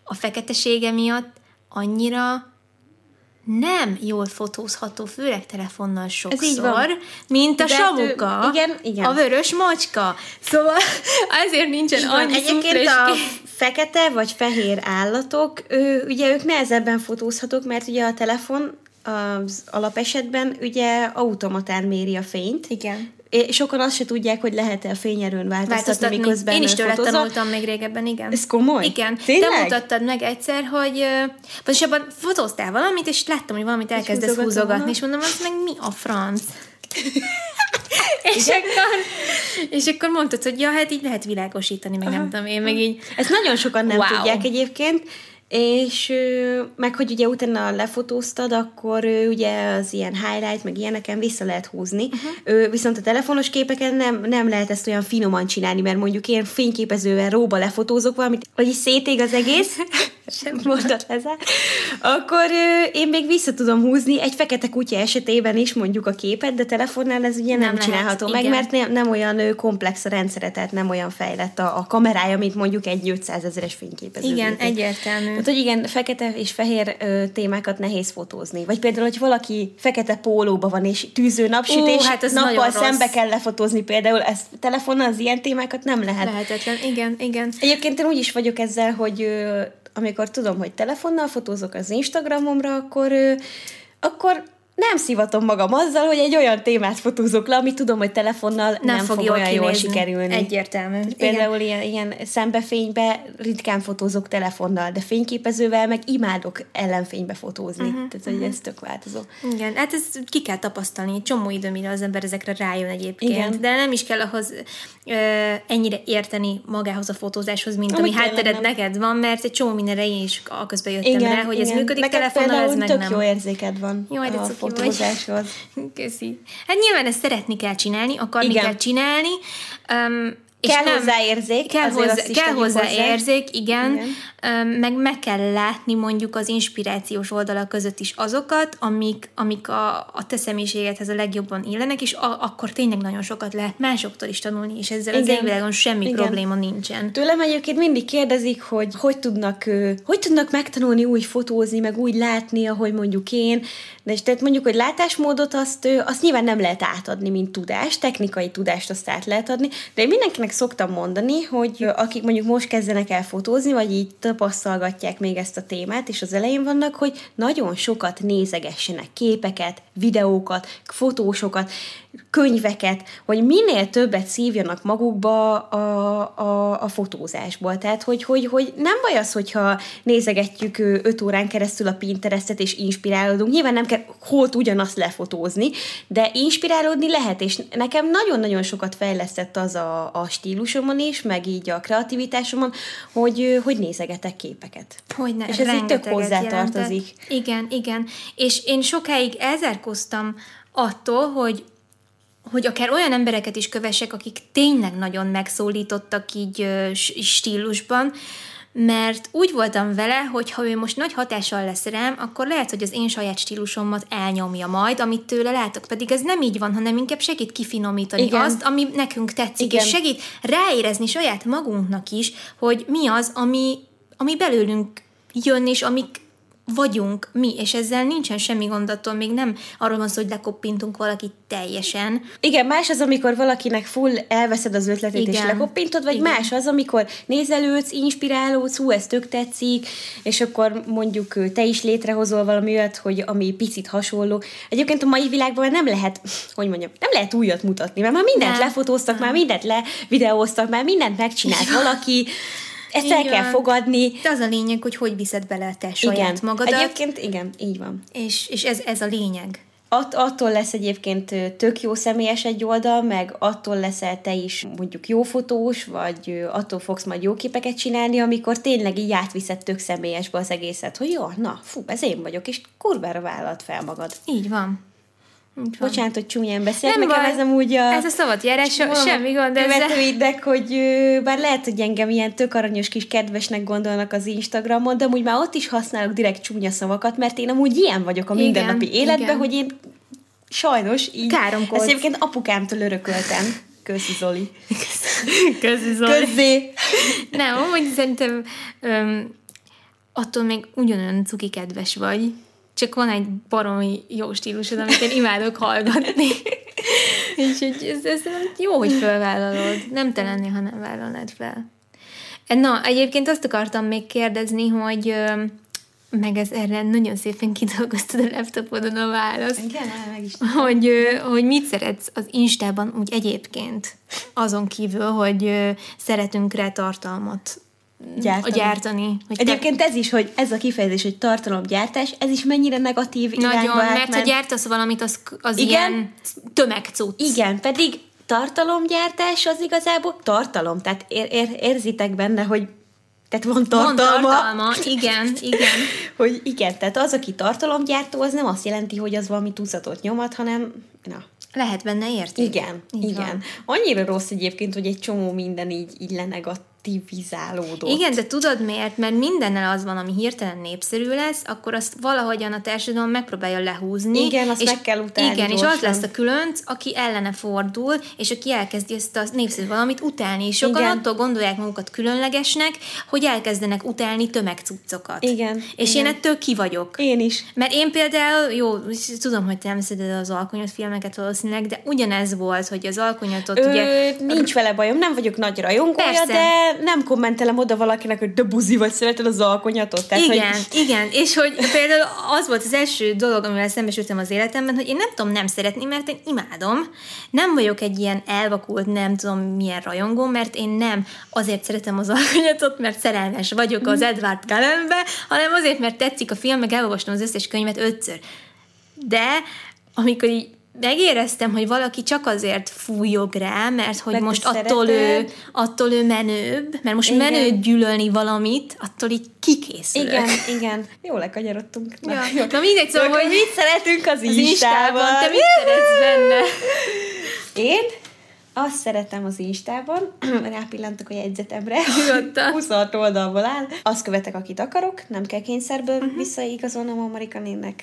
a feketesége miatt annyira nem jól fotózható, főleg telefonnal sokszor, mint a samuka, igen. a vörös macska. Szóval azért nincsen annyi egyébként a fekete vagy fehér állatok, ugye ők nehezebben fotózhatók, mert ugye a telefon az alapesetben ugye automatán méri a fényt. Igen. Sokan azt se tudják, hogy lehet-e a fényerőn változtatni, miközben én is tőle fotózol. tanultam még régebben, igen. Ez komoly? Igen. Tényleg? Te mutattad meg egyszer, hogy pontosabban fotóztál valamit, és láttam, hogy valamit elkezdesz húzogatni, és mondom, az meg mi a franc? és akkor mondtad, hogy ja, hát így lehet világosítani, meg nem tudom, én meg így... Ezt nagyon sokan nem tudják egyébként, és meg hogy ugye utána lefotóztad, akkor ugye az ilyen highlight, meg ilyeneken vissza lehet húzni. Viszont a telefonos képeken nem lehet ezt olyan finoman csinálni, mert mondjuk én fényképezővel róba lefotózok valamit, vagyis szétég az egész, mondat ezzel, akkor én még vissza tudom húzni egy fekete kutya esetében is mondjuk a képet, de telefonnál ez ugye nem csinálható meg, mert nem olyan komplex a rendszere, tehát nem olyan fejlett a kamerája, mint mondjuk egy 500 000-es fényképező. Igen, egyértelmű. Tehát, hogy igen, fekete és fehér témákat nehéz fotózni. Vagy például, hogy valaki fekete pólóba van, és tűző napsütés, hát nappal szembe kell lefotózni például, ezt telefonnal az ilyen témákat nem lehet. Lehetetlen, igen. Egyébként én úgy is vagyok ezzel, hogy amikor tudom, hogy telefonnal fotózok az Instagramomra, akkor nem szivatom magam azzal, hogy egy olyan témát fotózok le, amit tudom, hogy telefonnal nem fog olyan jól sikerülni. Egyértelmű. Például ilyen szembefénybe ritkán fotózok telefonnal, de fényképezővel meg imádok ellenfénybe fotózni. Tehát, hogy ez tök változó. Igen, hát ez ki kell tapasztalni. Egy csomó idő, mire az ember ezekre rájön egyébként. Igen. De nem is kell ahhoz ennyire érteni magához a fotózáshoz, mint ami háttered neked van, mert egy csomó mindenre én is közben jöttem rá, hogy ez működik telefonnal, ez meg tök nem. jó érzéked van a fotózáshoz. Köszi. Hát nyilván ezt szeretni kell csinálni, akarni kell csinálni, és kell hozzá érzék. Kell hozzá érzék, igen. Meg kell látni mondjuk az inspirációs oldalak között is azokat, amik a te személyiségedhez a legjobban illenek, és akkor tényleg nagyon sokat lehet másoktól is tanulni, és ezzel az égvilágon semmi probléma nincsen. Tőlem egyébként mindig kérdezik, hogy tudnak megtanulni úgy fotózni, meg úgy látni, ahogy mondjuk én, de tehát mondjuk, hogy látásmódot azt nyilván nem lehet átadni, mint tudást, technikai tudást azt át lehet adni, de én mindenkinek szoktam mondani, hogy akik mondjuk most kezdenek el fotózni, vagy így tapasztalgatják még ezt a témát, és az elején vannak, hogy nagyon sokat nézegessenek képeket, videókat, fotósokat, könyveket, hogy minél többet szívjanak magukba a fotózásból. Tehát, hogy nem baj az, hogyha nézegetjük 5 órán keresztül a Pinterestet, és inspirálódunk. Nyilván nem kell holt ugyanazt lefotózni, de inspirálódni lehet, és nekem nagyon-nagyon sokat fejlesztett az a stílusomon is, meg így a kreativitásomon, hogy nézegetek képeket. Hogyne, és ez így tök hozzátartozik. Igen. És én sokáig elzárkóztam attól, hogy akár olyan embereket is kövessek, akik tényleg nagyon megszólítottak így stílusban, mert úgy voltam vele, hogy ha ő most nagy hatással lesz rám, akkor lehet, hogy az én saját stílusomat elnyomja majd, amit tőle látok. Pedig ez nem így van, hanem inkább segít kifinomítani azt, ami nekünk tetszik, és segít ráérezni saját magunknak is, hogy mi az, ami belőlünk jön, és amik vagyunk mi, és ezzel nincsen semmi gondatom, még nem arról van szó, hogy lekoppintunk valakit teljesen. Igen, más az, amikor valakinek full elveszed az ötletét, és lekoppintod, vagy más az, amikor nézelődsz, inspirálódsz, ez tök tetszik, és akkor mondjuk te is létrehozol valami olyat, hogy ami picit hasonló. Egyébként a mai világban nem lehet, nem lehet újat mutatni, mert már mindent lefotóztak, már mindent levideóztak, már mindent megcsinált valaki. Ezt el kell fogadni. De az a lényeg, hogy viszed bele te saját magadat. Egyébként igen, így van. És ez a lényeg. Attól lesz egyébként tök jó személyes egy oldal, meg attól leszel te is mondjuk jó fotós, vagy attól fogsz majd jó képeket csinálni, amikor tényleg így átviszed tök személyesbe az egészet, hogy jó, ez én vagyok, és kurvára vállalt fel magad. Így van. Bocsánat, hogy csúnyán beszélek, nekem ez amúgy ez a szabad járás, semmi gond ezzel. Követőidnek, hogy bár lehet, hogy engem ilyen tök aranyos kis kedvesnek gondolnak az Instagramon, de amúgy már ott is használok direkt csúnya szavakat, mert én amúgy ilyen vagyok a mindennapi életben, hogy én sajnos így... Káromkodsz. Ezt egyébként apukámtól örököltem. Köszi, Zoli. Köszi, Zoli. Köszi. Nem, amúgy szerintem... attól még ugyanolyan cuki kedves vagy. Csak van egy baromi jó stílusod, amit én imádok hallgatni. És ez jó, hogy felvállalod. Nem te lennél, ha nem vállalnád fel. Na, egyébként azt akartam még kérdezni, hogy meg erre nagyon szépen kidolgoztad a laptopodon a választ. Igen, meg is. Hogy mit szeretsz az Instában úgy egyébként, azon kívül, hogy szeretünk rá tartalmat gyártani. Egyébként ez is, hogy ez a kifejezés, hogy tartalomgyártás, ez is mennyire negatív irányba átment. Nagyon, mert ha gyártasz valamit, az ilyen tömegcucc. Igen, pedig tartalomgyártás az igazából tartalom. Tehát érzitek benne, hogy tehát van tartalma. Igen. Hogy igen, tehát az, aki tartalomgyártó, az nem azt jelenti, hogy az valami tucatot nyomat, hanem lehet benne érték. Igen. Annyira rossz egyébként, hogy egy csomó minden így lenegativizálódott. Igen, de tudod miért? Mert mindennel az van, ami hirtelen népszerű lesz, akkor azt valahogyan a társadalom megpróbálja lehúzni. Igen, azt meg kell utálni. Igen, gyorsan. És az lesz a különc, aki ellene fordul, és aki elkezdi ezt a népszerű valamit utálni. És sokan attól gondolják magukat különlegesnek, hogy elkezdenek utálni tömegcuccokat. Igen. És én ettől ki vagyok. Én is. Mert én például, jó, tudom, hogy te nem szeded az Alkonyat filmeket valószínűleg, de ugyanez volt, hogy az Alkonyatot ugye... Nincs vele bajom, nem vagyok nagy rajongója, de nem kommentelem oda valakinek, hogy de buzi vagy, szereted az Alkonyatot. Tehát, igen, és hogy például az volt az első dolog, amivel szembesültem az életemben, hogy én nem tudom nem szeretni, mert én imádom. Nem vagyok egy ilyen elvakult, nem tudom milyen rajongó, mert én nem azért szeretem az Alkonyatot, mert szerelmes vagyok az Edward Cullenbe, hanem azért, mert tetszik a film, meg elolvastam az összes könyvet 5-ször. De amikor így megéreztem, hogy valaki csak azért fújog rá, mert hogy mert most attól ő menőbb, mert most menőbb gyűlölni valamit, attól így kikészülök. Igen. Jól lekanyarodtunk. Na mindegy, szóval, hogy mit szeretünk az Instában? Te mit szeretsz benne? Én azt szeretem az Instában, rápillantok a jegyzetemre, 26 oldalból áll. Azt követek, akit akarok, nem kell kényszerből visszaigazolnom a Marikanének,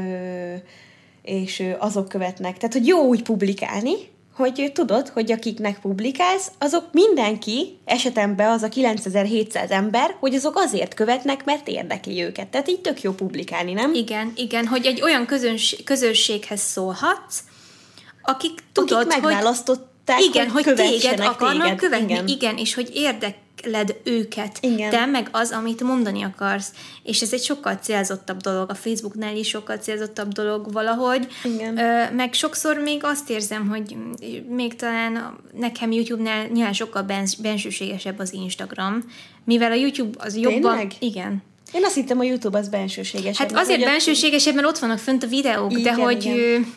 és azok követnek. Tehát, hogy jó úgy publikálni, hogy tudod, hogy akiknek publikálsz, azok mindenki, esetemben az a 9700 ember, hogy azok azért követnek, mert érdekli őket. Tehát így tök jó publikálni, nem? Igen, hogy egy olyan közönséghez szólhatsz, akik tudod, akik megválasztották, igen, hogy téged akarnak követni. Igen, és hogy érdekled őket. Igen. Te meg az, amit mondani akarsz. És ez egy sokkal célzottabb dolog. A Facebooknál is sokkal célzottabb dolog valahogy. Igen. Meg sokszor még azt érzem, hogy még talán nekem YouTube-nál nyilván sokkal bensőségesebb az Instagram, mivel a YouTube az jobban... Tényleg? Igen. Én azt hittem, a YouTube az bensőségesebb. Hát azért bensőségesebb, mert ott vannak fönt a videók, igen, de hogy...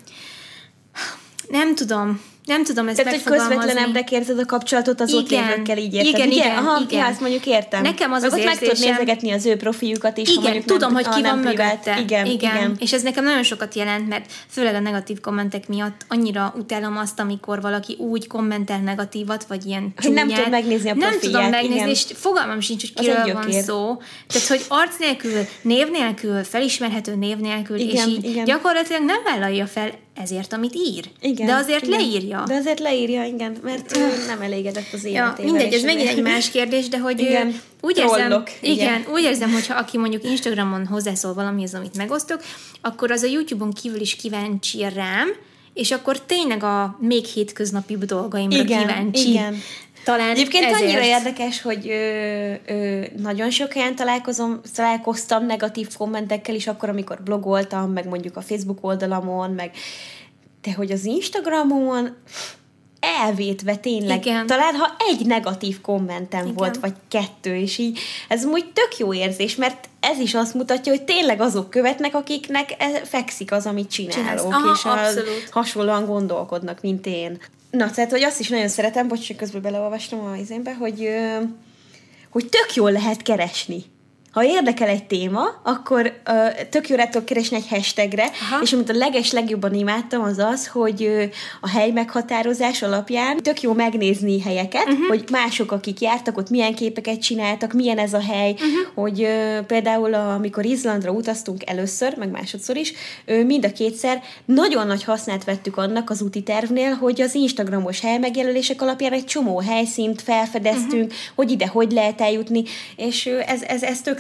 Nem tudom ezt tehát, megfogalmazni. Tehát, hogy közvetlenebbnek érzed a kapcsolatot az ott lévőkkel, így érted. Igen. Azt mondjuk értem. Nekem az meg az ott érzésem... meg tudod nézegetni az ő profiljukat is. Igen, tudom, hogy ki van mögötte. Igen. És ez nekem nagyon sokat jelent, mert főleg a negatív kommentek miatt annyira utálom azt, amikor valaki úgy kommentel negatívat, vagy ilyen csúnyát. Nem tudod megnézni a profilját. Nem tudom megnézni, és fogalmam sincs, hogy kiről van szó. Tehát, hogy arc nélkül, név nélkül, felismerhető név nélkül, és így gyakorlatilag nem vállalja fel ezért, amit ír. Igen, de azért leírja. De azért leírja, igen, mert ő nem elégedett az életével. Mindegy, ez megint egy más kérdés, de hogy úgy érzem, hogyha aki mondjuk Instagramon hozzászól valamihez, amit megosztok, akkor az a YouTube-on kívül is kíváncsi rám, és akkor tényleg a még hétköznapibb dolgaimra kíváncsi. Igen. Talán egyébként ezért. Annyira érdekes, hogy nagyon sok helyen találkoztam negatív kommentekkel is, akkor, amikor blogoltam, meg mondjuk a Facebook oldalamon, de hogy az Instagramon elvétve tényleg. Igen. Talán, ha egy negatív kommentem volt, vagy 2, és így ez úgy tök jó érzés, mert ez is azt mutatja, hogy tényleg azok követnek, akiknek fekszik az, amit csinálok, és hasonlóan gondolkodnak, mint én. Na, tehát, hogy azt is nagyon szeretem, bocs, közben beleolvastam a izénbe, hogy tök jól lehet keresni. Ha érdekel egy téma, akkor tök jó rá tudok keresni egy hashtagre, és amit a legjobban imádtam az, hogy a hely meghatározás alapján tök jó megnézni helyeket, hogy mások, akik jártak, ott milyen képeket csináltak, milyen ez a hely, hogy például amikor Izlandra utaztunk először, meg másodszor is, mind a kétszer nagyon nagy hasznát vettük annak az úti tervnél, hogy az Instagramos hely megjelölések alapján egy csomó helyszínt felfedeztünk, hogy ide hogy lehet eljutni, és ez tök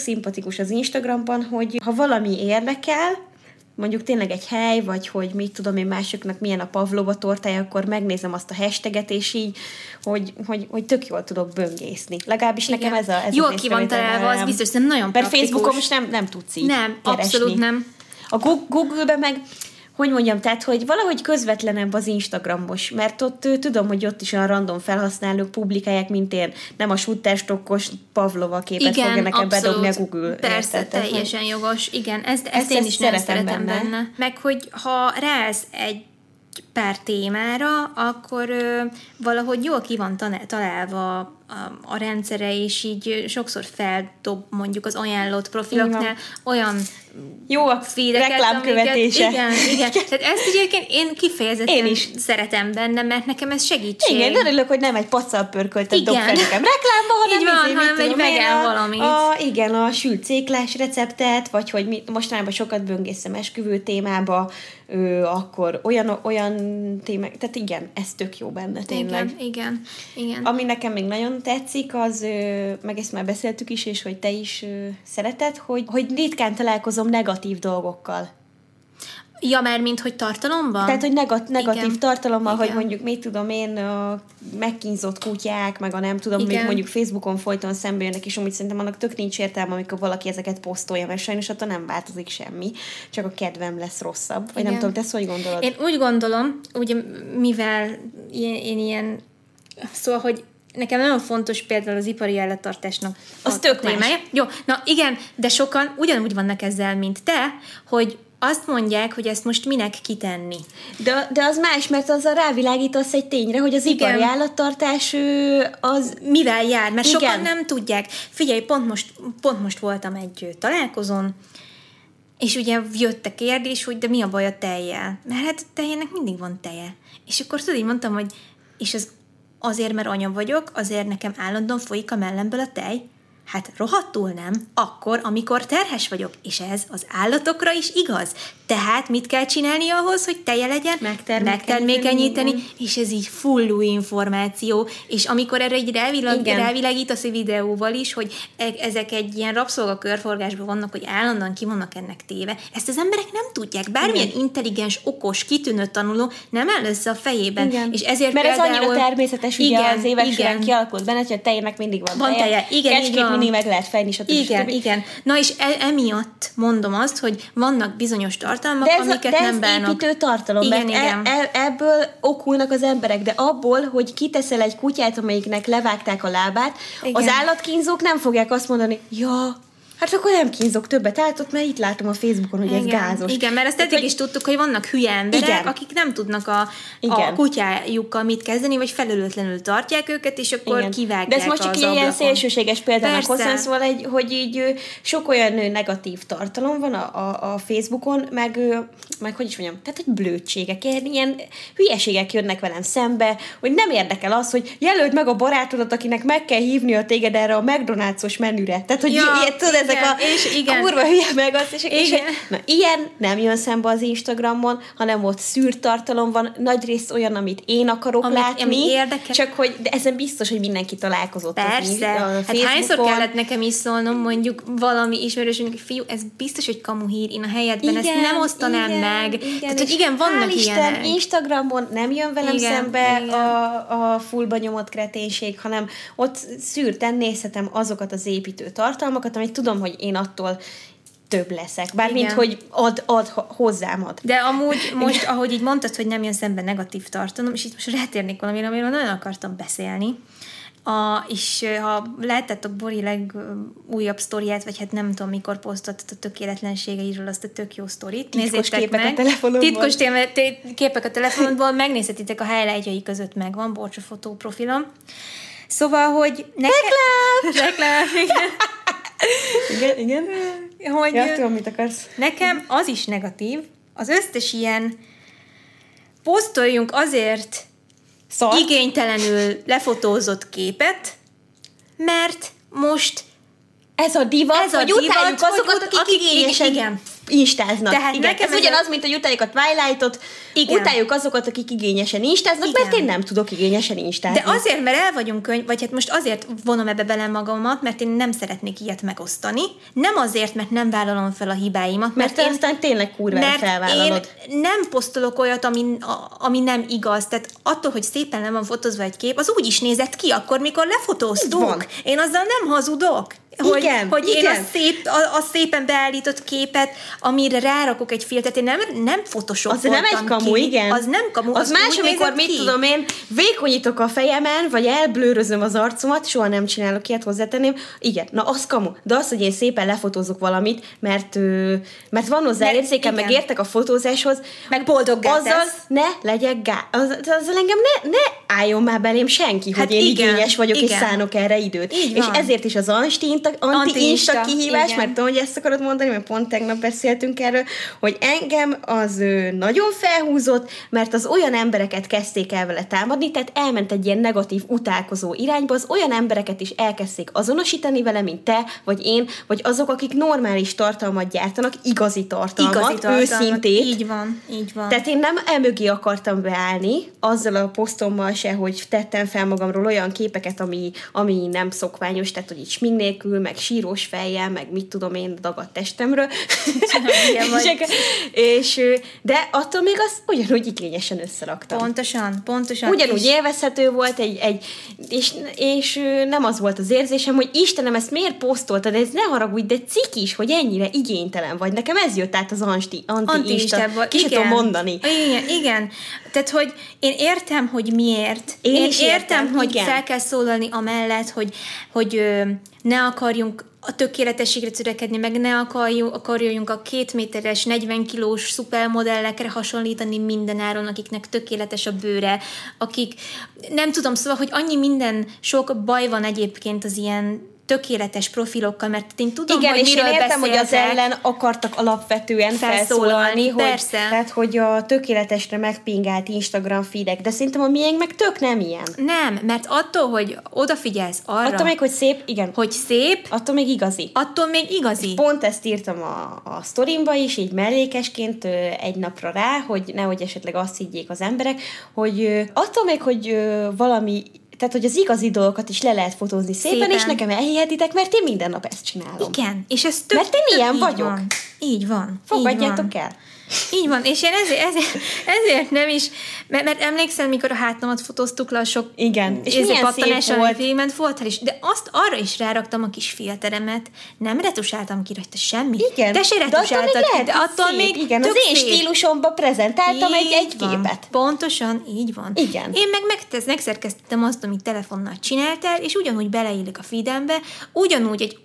szimpatikus az Instagramban, hogy ha valami érdekel, mondjuk tényleg egy hely, vagy hogy mit tudom én másoknak milyen a pavlova tortája, akkor megnézem azt a hashtaget, és így, hogy tök jól tudok böngészni. Legalábbis igen. Nekem ez jól ki van találva, az biztos, hogy nagyon praktikus. praktikus. Facebookon most nem tudsz így nem, keresni. Abszolút nem. A Google-ben meg, hogy mondjam, tehát, hogy valahogy közvetlenebb az Instagramos, mert ott tudom, hogy ott is olyan random felhasználók publikálják, mint én, nem a shooterstokkos Pavlova képet igen, fogja nekem abszolút. bedobni a Google. Persze, érted? teljesen jogos. Igen, ezt én is nem szeretem benne. Meg, hogy ha ráállsz egy pár témára, akkor valahogy jól ki van találva a rendszere, és sokszor feldob mondjuk az ajánlott profiloknál olyan jó a reklámkövetése. Igen. Tehát ezt egyébként én kifejezetten is szeretem benne, mert nekem ez segítség. Igen, örülök, hogy nem egy paccal pörköltet dob fel nekem reklámba, hanem egy vegán valamit. Igen, a sült céklás receptet, vagy hogy mostanában sokat böngészem esküvő témába, akkor olyan témák, tehát igen, ez tök jó benne tényleg. Igen. Ami nekem még nagyon tetszik, az, meg ezt már beszéltük is, és hogy te is szereted, hogy ritkán találkozom negatív dolgokkal. Ja, mert mint hogy tartalomban? Tehát, hogy negatív igen. tartalommal, igen. hogy mondjuk, mit tudom én, a megkínzott kutyák, meg a nem tudom, még mondjuk Facebookon folyton szembe jönnek, és amúgy szerintem annak tök nincs értelme, amikor valaki ezeket posztolja, mert sajnos attól nem változik semmi, csak a kedvem lesz rosszabb. Vagy igen. Nem tudom, te ezt hogy gondolod? Én úgy gondolom, ugye mivel én ilyen, szóval, hogy nekem nagyon fontos például az ipari állattartásnak az tök témája. Jó, na igen, de sokan ugyanúgy vannak ezzel, mint te, hogy azt mondják, hogy ezt most minek kitenni. De az más, mert azzal rávilágítasz egy tényre, hogy az ipari állattartás az... Mivel jár? Mert igen. Sokan nem tudják. Figyelj, pont most voltam egy találkozón, és ugye jött a kérdés, hogy de mi a baj a tejjel? Mert hát a tejének mindig van teje. És akkor tudod, így mondtam, hogy és azért, mert anya vagyok, azért nekem állandóan folyik a mellemből a tej? Hát rohadtul nem, akkor, amikor terhes vagyok, és ez az állatokra is igaz. Tehát mit kell csinálni ahhoz, hogy teje legyen? Megtermékenyíteni, és ez így full információ, és amikor erre egy rávilágítasz a videóval is, hogy ezek egy ilyen rabszolgakörforgásban vannak, hogy állandóan ki vannak ennek téve, ezt az emberek nem tudják. Bármilyen intelligens, okos, kitűnő tanuló nem áll össze a fejében. Igen. És ezért mert például... ez annyira természetes, ugye az évek során kialakult benne, hogy a tejének mindig van teje. Igen, mindig meg lehet fejni, igen. Na és emiatt mondom azt, hogy vannak bizonyos tartalmak, amiket nem bánok. De ez építő tartalom, igen. Ebből okulnak az emberek, de abból, hogy kiteszel egy kutyát, amelyiknek levágták a lábát, igen. Az állatkínzók nem fogják azt mondani, hát akkor nem kínzok többet állatot, mert itt látom a Facebookon, hogy ez gázos. Igen, mert ezt eddig is tudtuk, hogy vannak hülye emberek, akik nem tudnak a kutyájukkal mit kezdeni, vagy felelőtlenül tartják őket, és akkor kivágják. De ez most csak ilyen szélsőséges példának hozzá, szóval hogy így sok olyan negatív tartalom van a Facebookon, meg hogy is mondjam, tehát hogy blödségek, ilyen hülyeségek jönnek velem szembe, hogy nem érdekel az, hogy jelöld meg a barátodat, akinek meg kell hívnia téged erre a McDonald's-os menüre. Tehát, hogy tudod, ezek a kurva hülye meg azt, és ilyen nem jön szembe az Instagramon, hanem ott szűrt tartalom van, nagyrészt olyan, amit én akarok látni, ami érdekel. Csak hogy de ezen biztos, hogy mindenki találkozott. Persze, hát hányszor kellett nekem is szólnom, mondjuk valami ismerősünk, hogy fiú, ez biztos, hogy kamuhír, én a helyedben ezt nem osztanám meg. Tehát, hogy igen, vannak ilyenek. Isten, Instagramon nem jön velem szembe a fullba nyomott kreténség, hanem ott szűrten nézhetem azokat az építő tartalmakat, amit tudom, hogy én attól több leszek. Bármint, hogy hozzám ad. De amúgy most, ahogy így mondtad, hogy nem jön szembe negatív tartalom, és itt most rátérnék valamire, amiről nagyon akartam beszélni, és ha láttátok Bori legújabb sztoriát, vagy hát nem tudom, mikor posztoltad a tökéletlenségeiről azt a tök jó sztorit. Titkos képek a telefonomból. Titkos képek a telefonodból, megnézhetitek a highlightjai között megvan, Borcsa fotó profilom. Szóval, hogy Reklám! Igen. Hogy tudom, mit akarsz. Nekem az is negatív, az összes ilyen posztoljunk azért igénytelenül lefotózott képet, mert most ez a divat, hogy utáljuk azokat, akik igényesen instáznak. Tehát igen. nekem Ez ugyanaz, mint hogy utáljuk a Twilightot, utáljuk azokat, akik igényesen instáznak, mert én nem tudok igényesen instázni. De azért, mert el vagyunk vagy hát most azért vonom ebbe bele magamat, mert én nem szeretnék ilyet megosztani. Nem azért, mert nem vállalom fel a hibáimat, mert te aztán tényleg kurvára felvállalod. Én nem posztolok olyat, ami nem igaz. Tehát attól, hogy szépen le van fotózva egy kép, az úgy is nézett ki akkor, mikor lefotóztuk. Én azzal nem hazudok. Hogy én a szépen beállított képet, amire rárakok egy filtert, én nem photoshopoltam ki. Az nem egy kamu, igen. Az nem kamu. Az más, amikor tudom én, vékonyítok a fejemen, vagy elblőrözöm az arcomat, soha nem csinálok ilyet, hozzátenném. Igen, na az kamu. De az, hogy én szépen lefotózok valamit, mert van hozzá érzékem, meg értek a fotózáshoz. Meg boldoggá tesz. Azzal ne legyek azzal engem ne álljon már belém senki, hogy én igényes vagyok, és szánok erre időt. És ezért is az anti-insta kihívás, igen. Mert tudom, hogy ezt akarod mondani, mert pont tegnap beszéltünk erről, hogy engem az nagyon felhúzott, mert az olyan embereket kezdték el vele támadni, tehát elment egy ilyen negatív utálkozó irányba, az olyan embereket is elkezdték azonosítani vele, mint te, vagy én, vagy azok, akik normális tartalmat gyártanak, igazi tartalmat, őszintét. Így van. Tehát én nem emögé akartam beállni, azzal a posztommal se, hogy tettem fel magamról olyan képeket, ami nem szokványos, tehát hogy így smink nélkül, meg sírós fejjel, meg mit tudom én, dagadt testemről. De attól még azt ugyanúgy igényesen összeraktam. Pontosan. Ugyanúgy élvezhető volt, és nem az volt az érzésem, hogy Istenem, ezt miért posztoltad, ez ne haragudj, de cikis, hogy ennyire igénytelen vagy. Nekem ez jött át az anti-insta. Ki sem tudom mondani. Igen. Tehát, hogy én értem, hogy miért. Én értem, hogy igen. Fel kell szólalni amellett, hogy ne akarjunk a tökéletességre törekedni, meg ne akarjunk a 2 méteres, 40 kilós szupermodellekre hasonlítani mindenáron, akiknek tökéletes a bőre, akik, nem tudom, szóval, hogy annyi minden, sok baj van egyébként az ilyen tökéletes profilokkal, mert én tudom, igen, hogy miről beszéltek. Igen, és én értem, hogy az ellen akartak alapvetően felszólalni, persze. Hogy a tökéletesre megpingált Instagram feedek, de szerintem a miénk meg tök nem ilyen. Nem, mert attól, hogy odafigyelsz arra... Attól még, hogy szép, igen. Hogy szép... Attól még igazi. És pont ezt írtam a sztorimba is, így mellékesként egy napra rá, hogy nehogy esetleg azt higgyék az emberek, hogy attól még, hogy valami... Tehát, hogy az igazi dolgokat is le lehet fotózni szépen, és nekem elhihetitek, mert én minden nap ezt csinálom. Igen, és ez mert én ilyen vagyok. Van. Így van. Fogadjátok el. Így van, és én ezért nem is, mert emlékszem, mikor a hátamat fotóztuk le a sok igen, és milyen szép volt is, de azt arra is ráraktam a kis filteremet, nem retusáltam ki rajta semmit. Igen, te se retusáltad ki, de attól még igen, az én stílusomba prezentáltam egy képet. Pontosan, így van. Igen. Én megszerkesztettem azt, amit telefonnal csináltál, és ugyanúgy beleillik a feedembe, ugyanúgy egy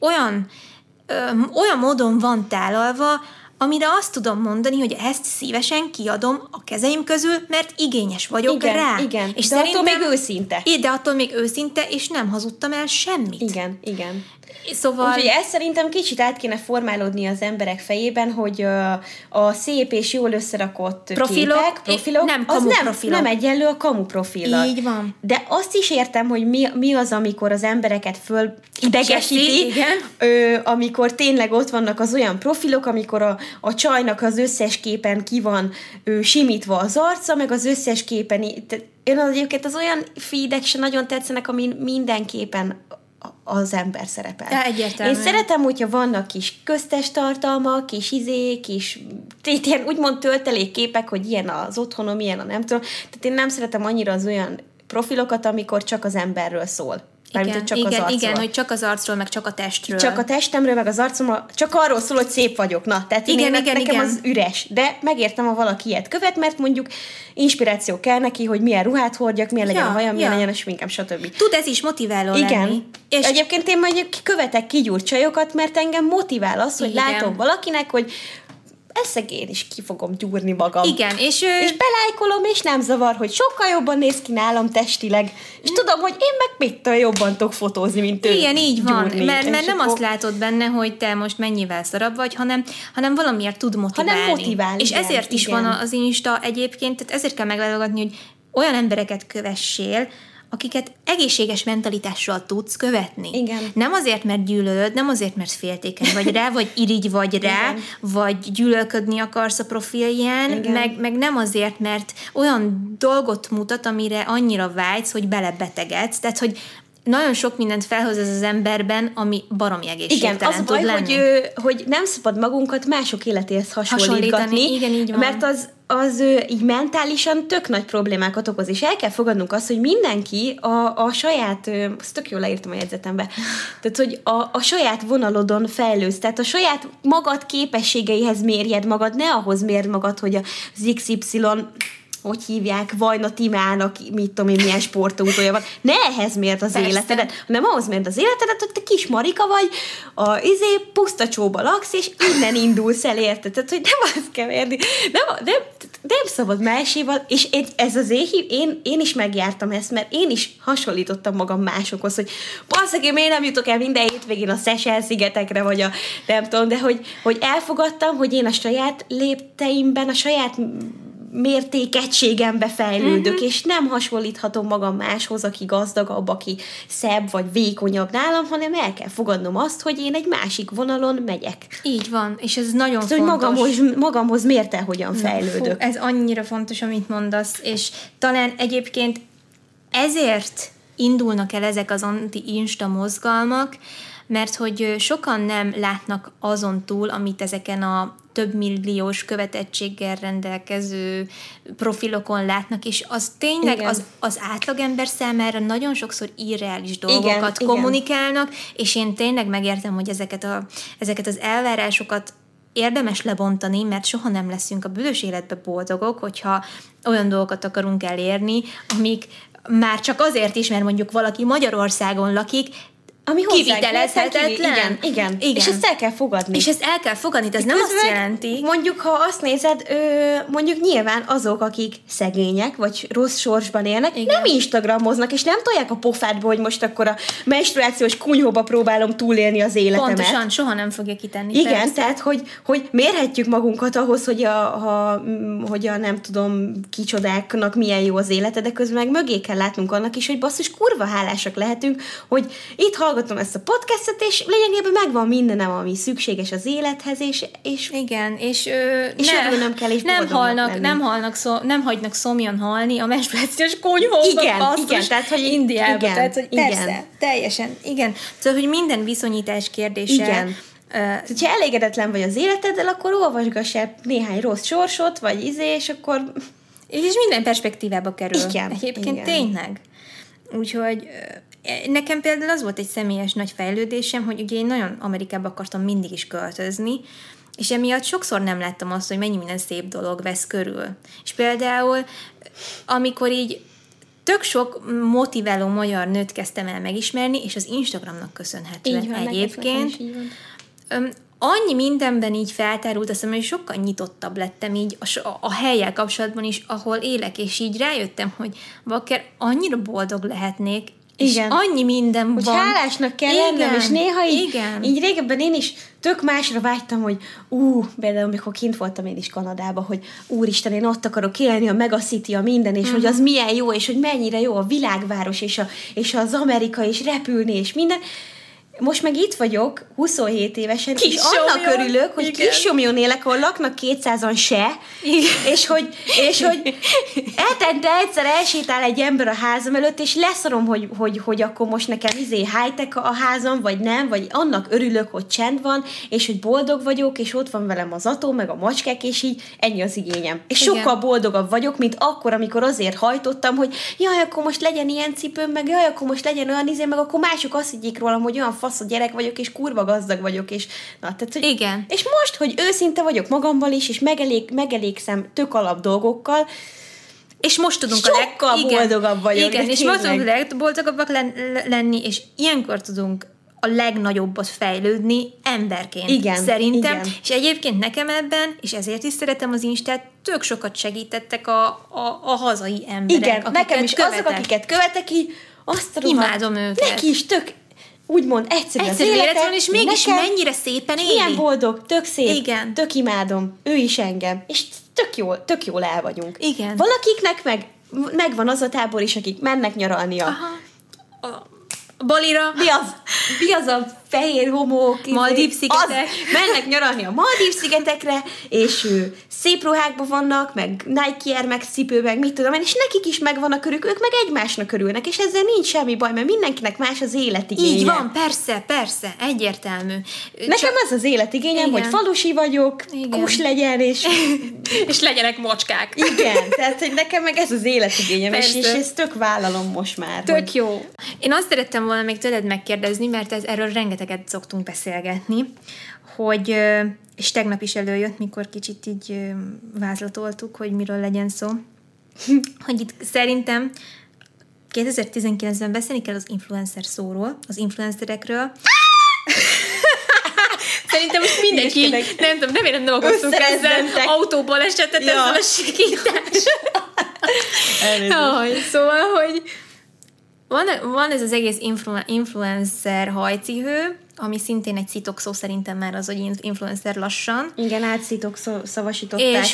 olyan módon van tálalva, amire azt tudom mondani, hogy ezt szívesen kiadom a kezeim közül, mert igényes vagyok rá. Igen, és de attól még őszinte. De attól még őszinte, és nem hazudtam el semmit. Igen. Szóval... Úgyhogy ezt szerintem kicsit át kéne formálódni az emberek fejében, hogy a szép és jól összerakott profilok nem egyenlő a kamu profillal. Így van. De azt is értem, hogy mi az, amikor az embereket fölidegesíti, amikor tényleg ott vannak az olyan profilok, amikor a csajnak az összes képen ki van simítva az arca, meg az összes képen... Én egyébként az olyan feedek se nagyon tetszenek, amin mindenképpen az ember szerepel. Egyértelműen. Én szeretem, hogyha vannak kis köztes tartalmak, kis ilyen úgymond töltelékképek, hogy ilyen az otthonom, ilyen a nem tudom. Tehát én nem szeretem annyira az olyan profilokat, amikor csak az emberről szól. Igen, hogy csak az arcról, meg csak a testről. Csak a testemről, meg az arcomról, csak arról szól, hogy szép vagyok. Na, tehát nekem az üres. De megértem, ha valaki ilyet követ, mert mondjuk inspiráció kell neki, hogy milyen ruhát hordjak, milyen legyen a hajam, milyen legyen a sminkem, stb. Tud ez is motiváló lenni. És egyébként én mondjuk követek kigyúrt csajokat, mert engem motivál az, hogy látom valakinek, hogy eszeg én is ki fogom gyúrni magam. Igen, és belájkolom, és nem zavar, hogy sokkal jobban néz ki nálam testileg. És tudom, hogy én meg mittől jobban tudok fotózni, mint ő. Igen, így van, mert nem azt látod benne, hogy te most mennyivel szarabb vagy, hanem valamiért tud motiválni. És ezért is van az Insta egyébként, tehát ezért kell megválogatni, hogy olyan embereket kövessél, akiket egészséges mentalitással tudsz követni. Igen. Nem azért, mert gyűlölöd, nem azért, mert féltékeny vagy rá, vagy irigy vagy rá, igen. vagy gyűlölködni akarsz a profilján, meg nem azért, mert olyan dolgot mutat, amire annyira vágysz, hogy belebetegedsz. Tehát, hogy nagyon sok mindent felhoz ez az emberben, ami baromi egészségtelen igen, az tud baj, lenni. hogy nem szabad magunkat mások életéhez hasonlítgatni, igen, így van. mert az így mentálisan tök nagy problémákat okoz, és el kell fogadnunk azt, hogy mindenki a saját, ezt tök jól leírtam a jegyzetembe, tehát, hogy a saját vonalodon fejlődsz, tehát a saját magad képességeihez mérjed magad, ne ahhoz mérd magad, hogy az XY hogy hívják, Vajna Timának, mit tudom én, milyen sportautója van. Ne ehhez mérd az életedet, hanem ahhoz mérd az életedet, hogy te kis Marika vagy, pusztacsóba laksz, és innen indulsz el, érted? Tehát, hogy nem azt kell mérni. Nem szabad máséval, és ez az én is megjártam ezt, mert én is hasonlítottam magam másokhoz, hogy basszak, én miért nem jutok el minden hétvégén a Seychelles-szigetekre, vagy a nem tudom, de hogy elfogadtam, hogy én a saját lépteimben, a saját mértékegységembe fejlődök, és nem hasonlíthatom magam máshoz, aki gazdagabb, aki szebb vagy vékonyabb nálam, hanem el kell fogadnom azt, hogy én egy másik vonalon megyek. Így van, és ez nagyon szóval fontos. Magamhoz hogyan fejlődök. Fú, ez annyira fontos, amit mondasz, és talán egyébként ezért indulnak el ezek az anti-insta mozgalmak, mert hogy sokan nem látnak azon túl, amit ezeken a több milliós követettséggel rendelkező profilokon látnak, és az tényleg az átlagember számára nagyon sokszor irreális dolgokat kommunikálnak, és én tényleg megértem, hogy ezeket az elvárásokat érdemes lebontani, mert soha nem leszünk a büdös életben boldogok, hogyha olyan dolgokat akarunk elérni, amik már csak azért is, mert mondjuk valaki Magyarországon lakik, ami kivitelezhetetlen. Igen. És ezt el kell fogadni. És ezt el kell fogadni, ez nem azt jelenti. Mondjuk, ha azt nézed, mondjuk nyilván azok, akik szegények, vagy rossz sorsban élnek, nem instagramoznak, és nem tolják a pofádba, hogy most akkor a menstruációs kunyhóba próbálom túlélni az életemet. Pontosan, soha nem fogja kitenni. Igen, persze. tehát, hogy mérhetjük magunkat ahhoz, hogy a nem tudom kicsodáknak milyen jó az élete, de közben meg mögé kell látnunk annak is, hogy basszus, kurva hálásak lehetünk, hogy itt hallgatom ezt a podcastet, és lényegében megvan mindenem, ami szükséges az élethez, és igen, és örülnöm kell, és nem hagynak szomjan halni a menstruációs konyhóban. Igen, tehát, hogy Indiában. Igen, tehát, hogy persze, teljesen, igen. Szóval, hogy minden viszonyítás kérdése. Igen. Tehát, ha elégedetlen vagy az életeddel, akkor olvasgass el néhány rossz sorsot, vagy és akkor... És minden perspektívába kerül. Igen. Egyébként tényleg. Úgyhogy... Nekem például az volt egy személyes nagy fejlődésem, hogy ugye én nagyon Amerikába akartam mindig is költözni, és emiatt sokszor nem láttam azt, hogy mennyi minden szép dolog vesz körül. És például, amikor így tök sok motiváló magyar nőt kezdtem el megismerni, és az Instagramnak köszönhetően van, egyébként, annyi mindenben így feltárult, azt mondom, hogy sokkal nyitottabb lettem így a hellyel kapcsolatban is, ahol élek, és így rájöttem, hogy bakker, annyira boldog lehetnék, és annyi minden hogy van. Hálásnak kell lennem, és néha így régebben én is tök másra vágytam, hogy például amikor kint voltam én is Kanadában, hogy úristen, én ott akarok élni, a megacity, a minden, és hogy az milyen jó, és hogy mennyire jó a világváros, és az Amerika, és repülni, és minden. Most meg itt vagyok, 27 évesen, és annak örülök, hogy Kis-Somjon élek, ahol laknak 200-an se, és hogy eltente egyszer elsétál egy ember a házam előtt, és leszarom, hogy akkor most nekem high-tech a házam, vagy nem, vagy annak örülök, hogy csend van, és hogy boldog vagyok, és ott van velem az Ató, meg a macskák, és így ennyi az igényem. És sokkal boldogabb vagyok, mint akkor, amikor azért hajtottam, hogy jaj, akkor most legyen ilyen cipőm, meg jaj, akkor most legyen olyan meg akkor mások azt higgyék rólam, hogy olyan fasz a gyerek vagyok, és kurva gazdag vagyok, és tehát, hogy igen. És most, hogy őszinte vagyok magammal is, és megelégszem tök alap dolgokkal, és most tudunk sokkal boldogabb vagyok. Igen, és most tudunk legboldogabbak lenni, és ilyenkor tudunk a legnagyobbat fejlődni emberként, szerintem. Igen. És egyébként nekem ebben, és ezért is szeretem az Instát, tök sokat segítettek a hazai emberek. Igen, nekem is azok, akiket követek, így azt imádom őket. Neki is tök úgymond egyszerű az élete van, és mégis nekem, mennyire szépen éli. Milyen boldog, tök szép, tök imádom, ő is engem, és tök jól el vagyunk. Igen. Valakiknek meg megvan az a tábor is, akik mennek nyaralni a Balira. Mi az a fehér homok? Maldív-szigetek. Mennek nyaralni a Maldív-szigetekre, és szép ruhákban vannak, meg Nike Air Max cipő, meg mit tudom én, és nekik is megvan a körük, ők meg egymásnak örülnek, és ezzel nincs semmi baj, mert mindenkinek más az életigénye. Így van, persze, egyértelmű. Nekem ez az életigényem, hogy falusi vagyok, kus legyen, és legyenek macskák. Igen, tehát hogy nekem meg ez az életigényem, és ezt tök vállalom most már. Tök jó. Én azt szerettem volna még tőled megkérdezni, mert erről rengeteget szoktunk beszélgetni, hogy, és tegnap is előjött, mikor kicsit így vázlatoltuk, hogy miről legyen szó, hogy itt szerintem 2019-ben beszélni kell az influencer szóról, az influencerekről. Szerintem most mindenki, nem tudom, remélem nem okoztunk ezzel autóbalesetet ezzel a sikítással. Szóval, hogy van ez az egész influencer hajcihő, ami szintén egy szitokszó szerintem már az, hogy influencer lassan. Igen, szavasították.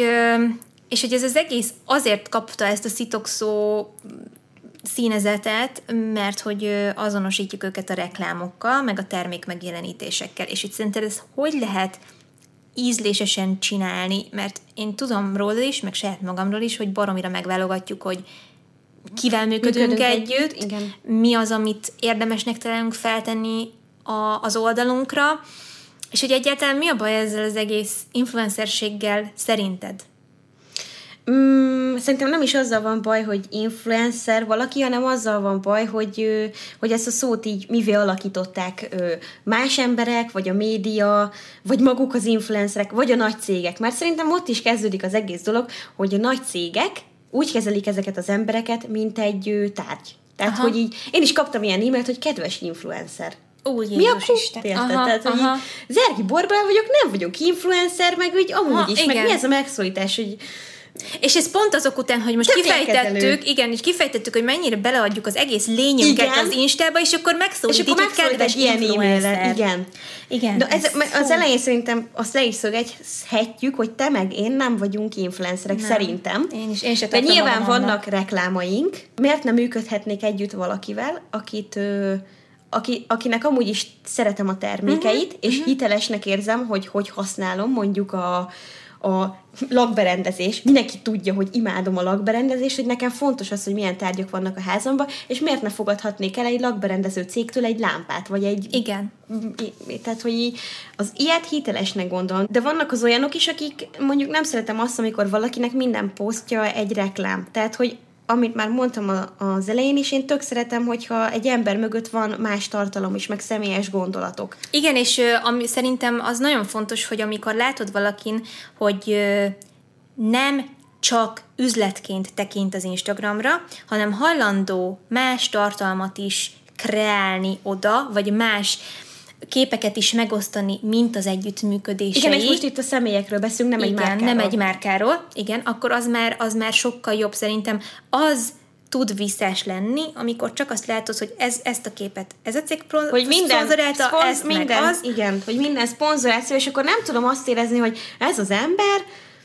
És hogy ez az egész azért kapta ezt a szitokszó színezetet, mert hogy azonosítjuk őket a reklámokkal, meg a termék megjelenítésekkel. És itt szerinted ez hogy lehet ízlésesen csinálni? Mert én tudom róla is, meg saját magamról is, hogy baromira megválogatjuk, hogy kivel működünk együtt, igen. Mi az, amit érdemesnek találunk feltenni az oldalunkra, és hogy egyáltalán mi a baj ezzel az egész influencerséggel szerinted? Szerintem nem is azzal van baj, hogy influencer valaki, hanem azzal van baj, hogy ezt a szót így mivé alakították más emberek, vagy a média, vagy maguk az influencerek, vagy a nagy cégek. Mert szerintem ott is kezdődik az egész dolog, hogy a nagy cégek úgy kezelik ezeket az embereket, mint egy tárgy. Tehát, hogy így, én is kaptam ilyen e-mailt, hogy kedves influencer. Mi a Isten? Tehát, hogy Zergi Borbála vagyok, nem vagyok influencer, meg úgy amúgy is, igen. Meg mi ez a megszólítás, hogy... És ez pont azok után, hogy most kifejtettük, hogy mennyire beleadjuk az egész lényünket az Instába, és akkor megszólítjuk, hogy kedves influencer. Igen. De az elején szerintem azt le is szögezhetjük, hogy te meg én nem vagyunk influencerek, szerintem. Én se de nyilván vannak reklámaink. Miért nem működhetnék együtt valakivel, akinek amúgy is szeretem a termékeit, és hitelesnek érzem, hogy használom mondjuk a lakberendezés. Mindenki tudja, hogy imádom a lakberendezést, hogy nekem fontos az, hogy milyen tárgyak vannak a házamban, és miért ne fogadhatnék el egy lakberendező cégtől egy lámpát, vagy egy... Igen. Tehát, hogy az ilyet hitelesnek gondolom. De vannak az olyanok is, akik mondjuk nem szeretem azt, amikor valakinek minden posztja egy reklám. Tehát, hogy amit már mondtam az elején is, én tök szeretem, hogyha egy ember mögött van más tartalom is, meg személyes gondolatok. Igen, és szerintem az nagyon fontos, hogy amikor látod valakin, hogy nem csak üzletként tekint az Instagramra, hanem hajlandó más tartalmat is kreálni oda, vagy más képeket is megosztani, mint az együttműködései. Igen, és most itt a személyekről beszélünk, nem egy márkáról. Nem egy márkáról, igen, akkor az már sokkal jobb szerintem. Az tud visszás lenni, amikor csak azt látod, hogy ezt a képet, ez a cég szponzorálta, ezt minden, meg az. Igen, hogy minden szponzoráció, és akkor nem tudom azt érezni, hogy ez az ember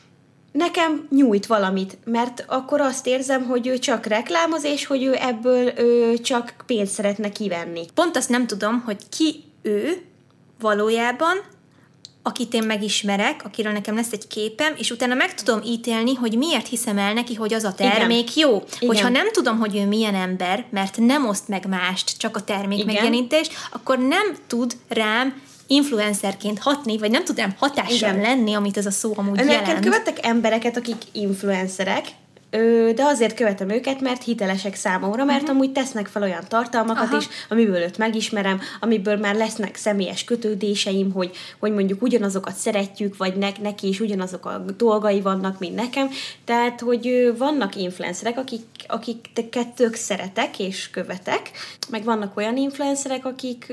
nekem nyújt valamit, mert akkor azt érzem, hogy ő csak reklámoz, és hogy ő ebből csak pénzt szeretne kivenni. Pont azt nem tudom, hogy ki ő valójában, akit én megismerek, akiről nekem lesz egy képem, és utána meg tudom ítélni, hogy miért hiszem el neki, hogy az a termék jó. Igen. Hogyha nem tudom, hogy ő milyen ember, mert nem oszt meg mást, csak a termék megjelenítést, akkor nem tud rám influencerként hatni, vagy nem tud rám hatással lenni, amit ez a szó amúgy jelent. Nekem követek embereket, akik influencerek, de azért követem őket, mert hitelesek számomra, mert amúgy tesznek fel olyan tartalmakat is, amiből őt megismerem, amiből már lesznek személyes kötődéseim, hogy mondjuk ugyanazokat szeretjük, vagy neki is ugyanazok a dolgai vannak, mint nekem. Tehát, hogy vannak influencerek, akiket tök szeretek és követek, meg vannak olyan influencerek,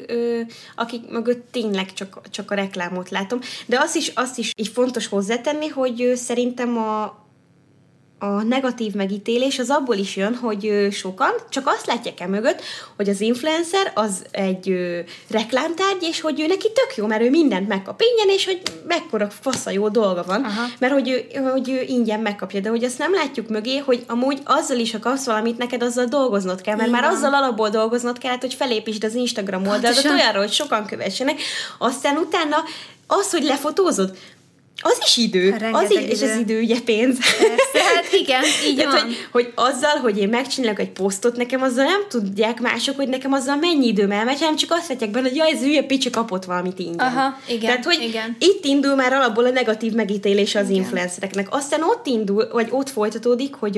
akik mögött tényleg csak a reklámot látom. De azt is így fontos hozzátenni, hogy szerintem a negatív megítélés az abból is jön, hogy sokan csak azt látják el mögött, hogy az influencer az egy reklámtárgy, és hogy ő neki tök jó, mert ő mindent megkap ingyen, és hogy mekkora fasza jó dolga van, mert hogy ő ingyen megkapja, de hogy azt nem látjuk mögé, hogy amúgy azzal is, ha kapsz valamit, neked azzal dolgoznod kell, mert már azzal alapból dolgoznod kell, hogy felépítsd az Instagram oldaladat olyanra, hogy sokan kövessenek, aztán utána az, hogy lefotózod, az is idő. És az idő ugye pénz. Persze, hát igen, így tehát, van. hogy azzal, hogy én megcsinálok egy posztot, nekem azzal nem tudják mások, hogy nekem azzal mennyi időm elmegy, hanem csak azt látják benne, hogy jaj, ez hülye picsa kapott valamit ingyen. Aha, igen. Tehát, hogy igen. itt indul már alapból a negatív megítélése az influencereknek. Aztán ott indul, vagy ott folytatódik, hogy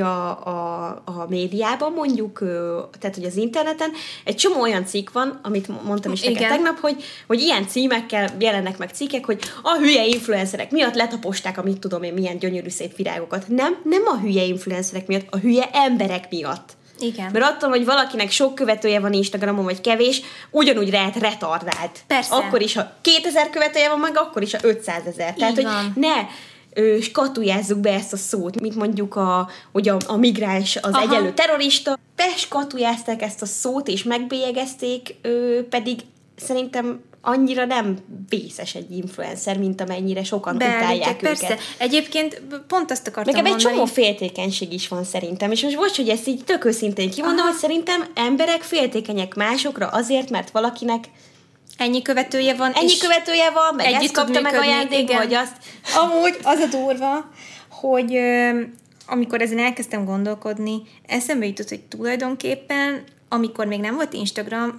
a médiában mondjuk, tehát, hogy az interneten egy csomó olyan cikk van, amit mondtam is neked tegnap, hogy ilyen címekkel jelennek meg cikkek, hogy a hülye influencerek miatt letaposták, amit tudom én, milyen gyönyörű szép virágokat. Nem a hülye influencerek miatt, a hülye emberek miatt. Igen. Mert attól, hogy valakinek sok követője van Instagramon, vagy kevés, ugyanúgy lehet retardált. Persze. Akkor is, ha 2000 követője van, meg akkor is, ha 500 000. Tehát, hogy ne skatujázzuk be ezt a szót, mint mondjuk a migráns az egyenlő terrorista. Beskatujázták ezt a szót, és megbélyegezték, pedig szerintem annyira nem vészes egy influencer, mint amennyire sokan utálják persze. őket. Egyébként pont azt akartam mondani. mondani. Egy csomó féltékenység is van szerintem, és most bocs, hogy ezt így tök őszintén kimondom, hogy szerintem emberek féltékenyek másokra azért, mert valakinek ennyi követője van, meg ezt kapta meg ajándékba, vagy azt. Amúgy az a durva, hogy amikor ezen elkezdtem gondolkodni, eszembe jutott, hogy tulajdonképpen, amikor még nem volt Instagram,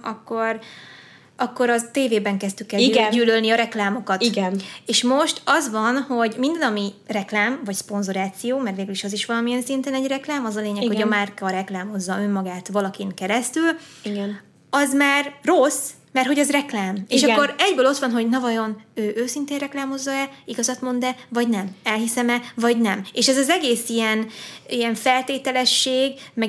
akkor az tévében kezdtük el gyűlölni a reklámokat. Igen. És most az van, hogy minden, ami reklám, vagy szponzoráció, mert végül is az is valamilyen szinten egy reklám, az a lényeg, hogy a márka reklámozza önmagát valakin keresztül, az már rossz, mert hogy az reklám. És akkor egyből ott van, hogy na vajon ő őszintén reklámozza-e, igazat mond-e, vagy nem? Elhiszem-e, vagy nem? És ez az egész ilyen feltételesség, meg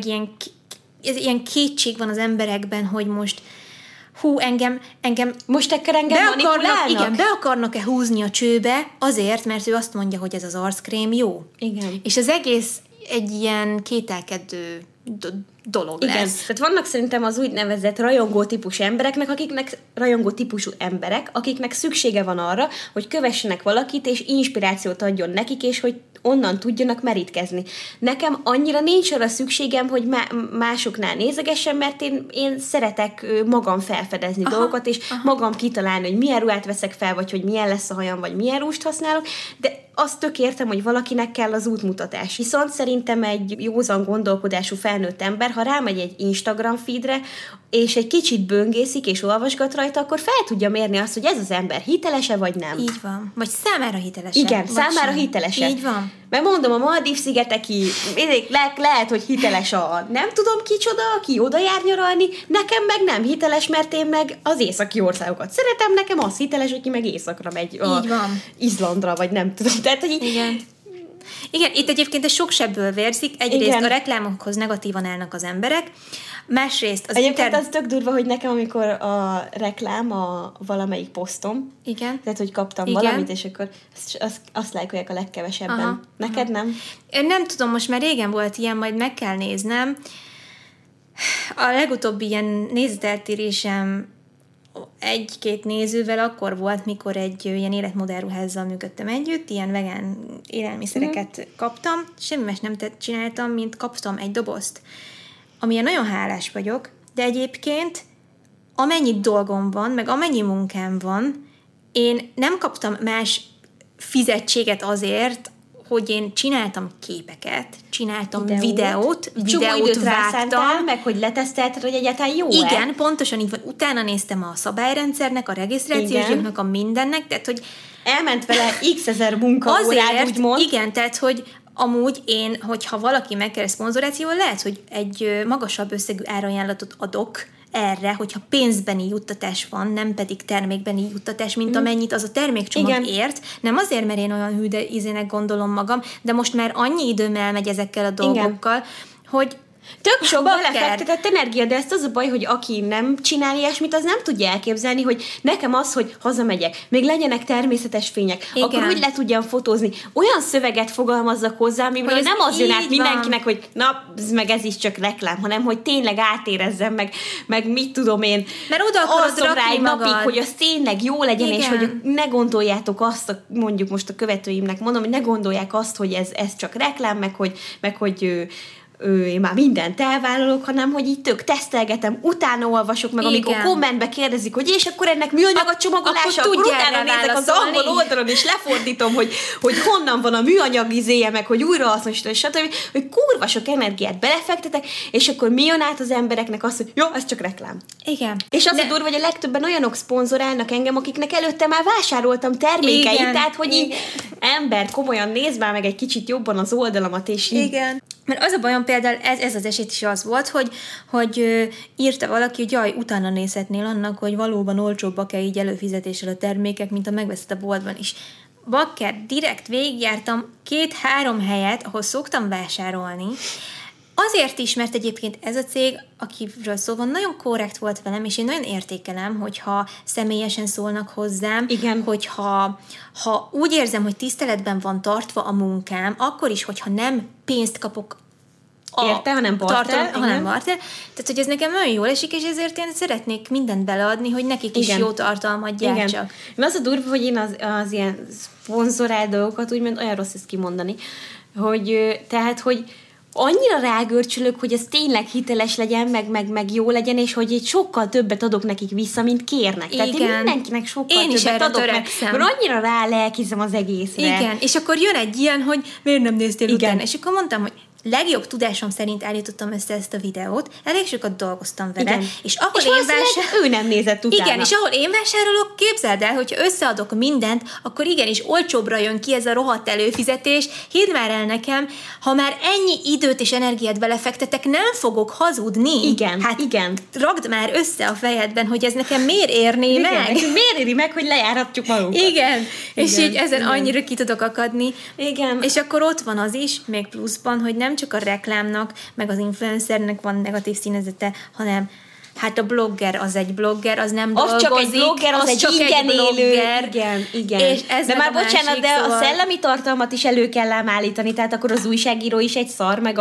ilyen kétség van az emberekben, hogy most engem most engem manipulálnak? Be akarnak-e húzni a csőbe azért, mert ő azt mondja, hogy ez az arckrém jó. Igen. És az egész egy ilyen kételkedő dolog lesz. Tehát vannak szerintem az úgynevezett rajongó típusú emberek, akiknek szüksége van arra, hogy kövessenek valakit, és inspirációt adjon nekik, és hogy onnan tudjanak merítkezni. Nekem annyira nincs arra szükségem, hogy másoknál nézegessem, mert én szeretek magam felfedezni dolgokat, és magam kitalálni, hogy milyen ruhát veszek fel, vagy hogy milyen lesz a hajam, vagy milyen rúst használok, de azt tök értem, hogy valakinek kell az útmutatás. Viszont szerintem egy józan gondolkodású felnőtt ember, ha rámegy egy Instagram feedre, és egy kicsit böngészik, és olvasgat rajta, akkor fel tudja mérni azt, hogy ez az ember hiteles-e, vagy nem. Így van. Vagy számára hiteles-e. Igen, számára hiteles-e. Így van. Mert mondom, a Maldív-szigeteki, lehet, hogy hiteles nem tudom kicsoda, aki oda jár nyaralni, nekem meg nem hiteles, mert én meg az északi országokat szeretem, nekem az hiteles, aki meg északra megy Izlandra, vagy nem tudom. Tehát, hogy Igen, itt egyébként egy sok sebből vérzik. Egyrészt a reklámokhoz negatívan állnak az emberek, másrészt az egyébként az tök durva, hogy nekem, amikor a reklám a valamelyik posztom, tehát, hogy kaptam valamit, és akkor azt lájkolják a legkevesebben. Neked nem? Én nem tudom, most már régen volt ilyen, majd meg kell néznem. A legutóbbi ilyen nézeteltérésem 1-2 nézővel akkor volt, mikor egy ilyen életmodellruházzal működtem együtt, ilyen vegán élelmiszereket kaptam, semmi más nem csináltam, mint kaptam egy dobozt, amilyen nagyon hálás vagyok, de egyébként amennyi dolgom van, meg amennyi munkám van, én nem kaptam más fizetséget azért, hogy én csináltam képeket, csináltam videót vágtam. Meg hogy letesztelted, hogy egyáltalán jó. Igen, pontosan így van. Utána néztem a szabályrendszernek, a regisztrációs díjaknak, a mindennek, tehát, hogy elment vele x ezer munkaórád, úgymond. Igen, tehát, hogy amúgy én, hogyha valaki megkeres szponzorációval, lehet, hogy egy magasabb összegű árajánlatot adok erre, hogyha pénzbeni juttatás van, nem pedig termékbeni juttatás, mint amennyit az a termékcsomag ért. Nem azért, mert én olyan hű, de ízének gondolom magam, de most már annyi időm elmegy ezekkel a dolgokkal, hogy Tök sok belefektetett energia, de ezt az a baj, hogy aki nem csinál ilyesmit, az nem tudja elképzelni, hogy nekem az, hogy hazamegyek, még legyenek természetes fények, igen. Akkor úgy le tudjam fotózni. Olyan szöveget fogalmazzak hozzá, amiből nem az jön át mindenkinek, hogy na, meg ez is csak reklám, hanem hogy tényleg átérezzem, meg mit tudom én. Mert oda akarod rakni magad. Napig, hogy az tényleg jó legyen, igen. És hogy ne gondoljátok azt, mondjuk most a követőimnek mondom, hogy ne gondolják azt, hogy ez csak reklám, meg hogy én már mindent elvállalok, hanem hogy így tök tesztelgetem, utána olvasok meg, amikor kommentbe kérdezik, hogy és akkor ennek műanyag a csomagolása, akkor utána nézek az angol oldalon, és lefordítom, hogy honnan van a műanyag izéje, meg hogy újrahasznosítani, stb. Hogy kurva sok energiát belefektetek, és akkor mi jön át az embereknek azt, hogy jó, ez csak reklám. Igen. És az a durva, hogy a legtöbben olyanok szponzorálnak engem, akiknek előtte már vásároltam termékeit, tehát hogy így ember, komolyan nézd már meg egy kicsit jobban az oldalamat, és így. Igen. Mert az a bajom például, ez az eset is az volt, hogy írta valaki, hogy jaj, utána nézhetnél annak, hogy valóban olcsóbbak-e így előfizetéssel a termékek, mint a megveszed a boltban is. Bakker, direkt végigjártam 2-3 helyet, ahol szoktam vásárolni. Azért is, mert egyébként ez a cég, akiről szó van, nagyon korrekt volt velem, és én nagyon értékelem, hogyha személyesen szólnak hozzám, igen. Hogyha úgy érzem, hogy tiszteletben van tartva a munkám, akkor is, hogyha nem pénzt kapok érte, hanem barter. Hanem barter. Tehát, hogy ez nekem nagyon jól esik, és ezért én szeretnék mindent beleadni, hogy nekik is jó tartalmat gyártsak. Az a durva, hogy én az ilyen szponzorált dolgokat úgymond olyan rossz ezt kimondani, hogy tehát, hogy annyira rágörcsülök, hogy ez tényleg hiteles legyen, meg jó legyen, és hogy egy sokkal többet adok nekik vissza, mint kérnek. Tehát én mindenkinek sokkal többet adok, mert annyira rálelkizem az egészre. Igen, és akkor jön egy ilyen, hogy miért nem néztél utána? És akkor mondtam, hogy legjobb tudásom szerint állítottam össze ezt a videót, elég sokat dolgoztam vele, igen. És ahol és ő nem nézett utána. Igen, és ahol én vásárolok, képzeld el, hogyha összeadok mindent, akkor igenis olcsóbbra jön ki ez a rohadt előfizetés. Hidd már el nekem, ha már ennyi időt és energiát belefektetek, nem fogok hazudni. Igen, hát igen. Ragd már össze a fejedben, hogy ez nekem miért érné meg. Miért éri meg, hogy lejáratjuk magunkat. Igen, és így ezen annyira ki tudok akadni. Igen. És akkor ott van az is, még pluszban, hogy nem csak a reklámnak, meg az influencernek van negatív színezete, hanem hát a blogger az egy blogger, az nem dolgozik. Az csak egy blogger, az egy ingyen élő. Igen. És ez de már bocsánat, de szóval a szellemi tartalmat is elő kell ám állítani, tehát akkor az újságíró is egy szar, meg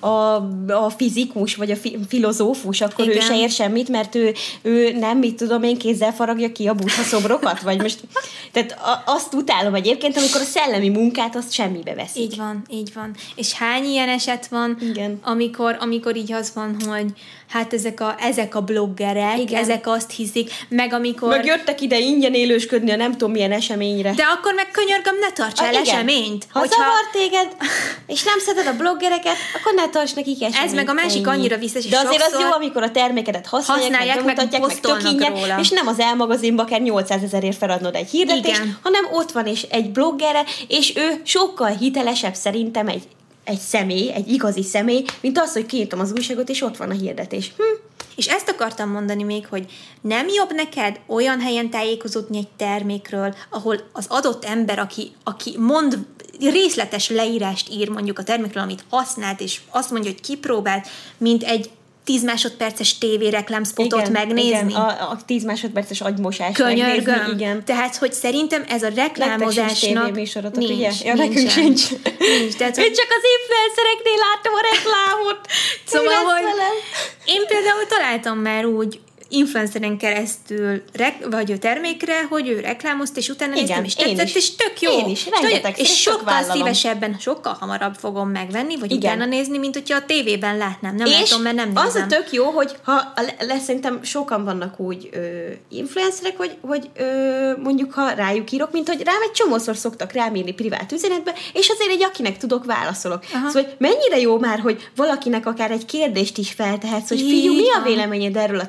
a fizikus, vagy a filozófus, akkor igen. Ő se ér semmit, mert ő nem, mit tudom én, kézzel faragja ki a Buddha szobrokat, vagy most, tehát azt utálom egyébként, amikor a szellemi munkát azt semmibe veszik. Így van. És hány ilyen eset van, igen. Amikor így az van, hogy hát ezek a bloggerek, igen. Ezek azt hiszik, meg amikor... Meg jöttek ide ingyen élősködni a nem tudom milyen eseményre. De akkor meg könyörgöm, ne tarts el eseményt. Ha zavar téged, és nem szeded a bloggereket, akkor ne tarts nekik eseményt. Ez meg a másik annyira vissza, de azért az jó, amikor a termékedet használják meg tök ingyen, róla. És nem az elmagazinba kell 800 000-ért feladnod egy hirdetést, hanem ott van és egy bloggerre, és ő sokkal hitelesebb szerintem egy személy, egy igazi személy, mint az, hogy kiírtam az újságot, és ott van a hirdetés. És ezt akartam mondani még, hogy nem jobb neked olyan helyen tájékozódni egy termékről, ahol az adott ember, aki mond részletes leírást ír mondjuk a termékről, amit használt, és azt mondja, hogy kipróbált, mint egy 10 másodperces tévéreklámspotot megnézni. Igen, a 10 másodperces agymosás könyörgöm. Megnézni, igen. Tehát, hogy szerintem ez a reklámozásnak nincs. Ja, nekünk sincs. Tehát, én csak az influencereknél láttam a reklámot. Szóval, hogy én például találtam már úgy influenceren keresztül vagy a termékre, hogy ő reklámozta, és utána néztem, és tetszett, és tök jó. Én is, és sokkal szívesebben, sokkal hamarabb fogom megvenni, vagy utána nézni, mint hogyha a tévében látnám. Nem látom, mert nem nézem. Az a tök jó, hogy szerintem sokan vannak úgy influencerek, hogy mondjuk ha rájuk írok, mint hogy rám egy csomószor szoktak rám írni privát üzenetbe, és azért egy akinek tudok, válaszolok. Aha. Szóval, hogy mennyire jó már, hogy valakinek akár egy kérdést is feltehetsz, hogy figyelj, mi a véleményed erről a termékről,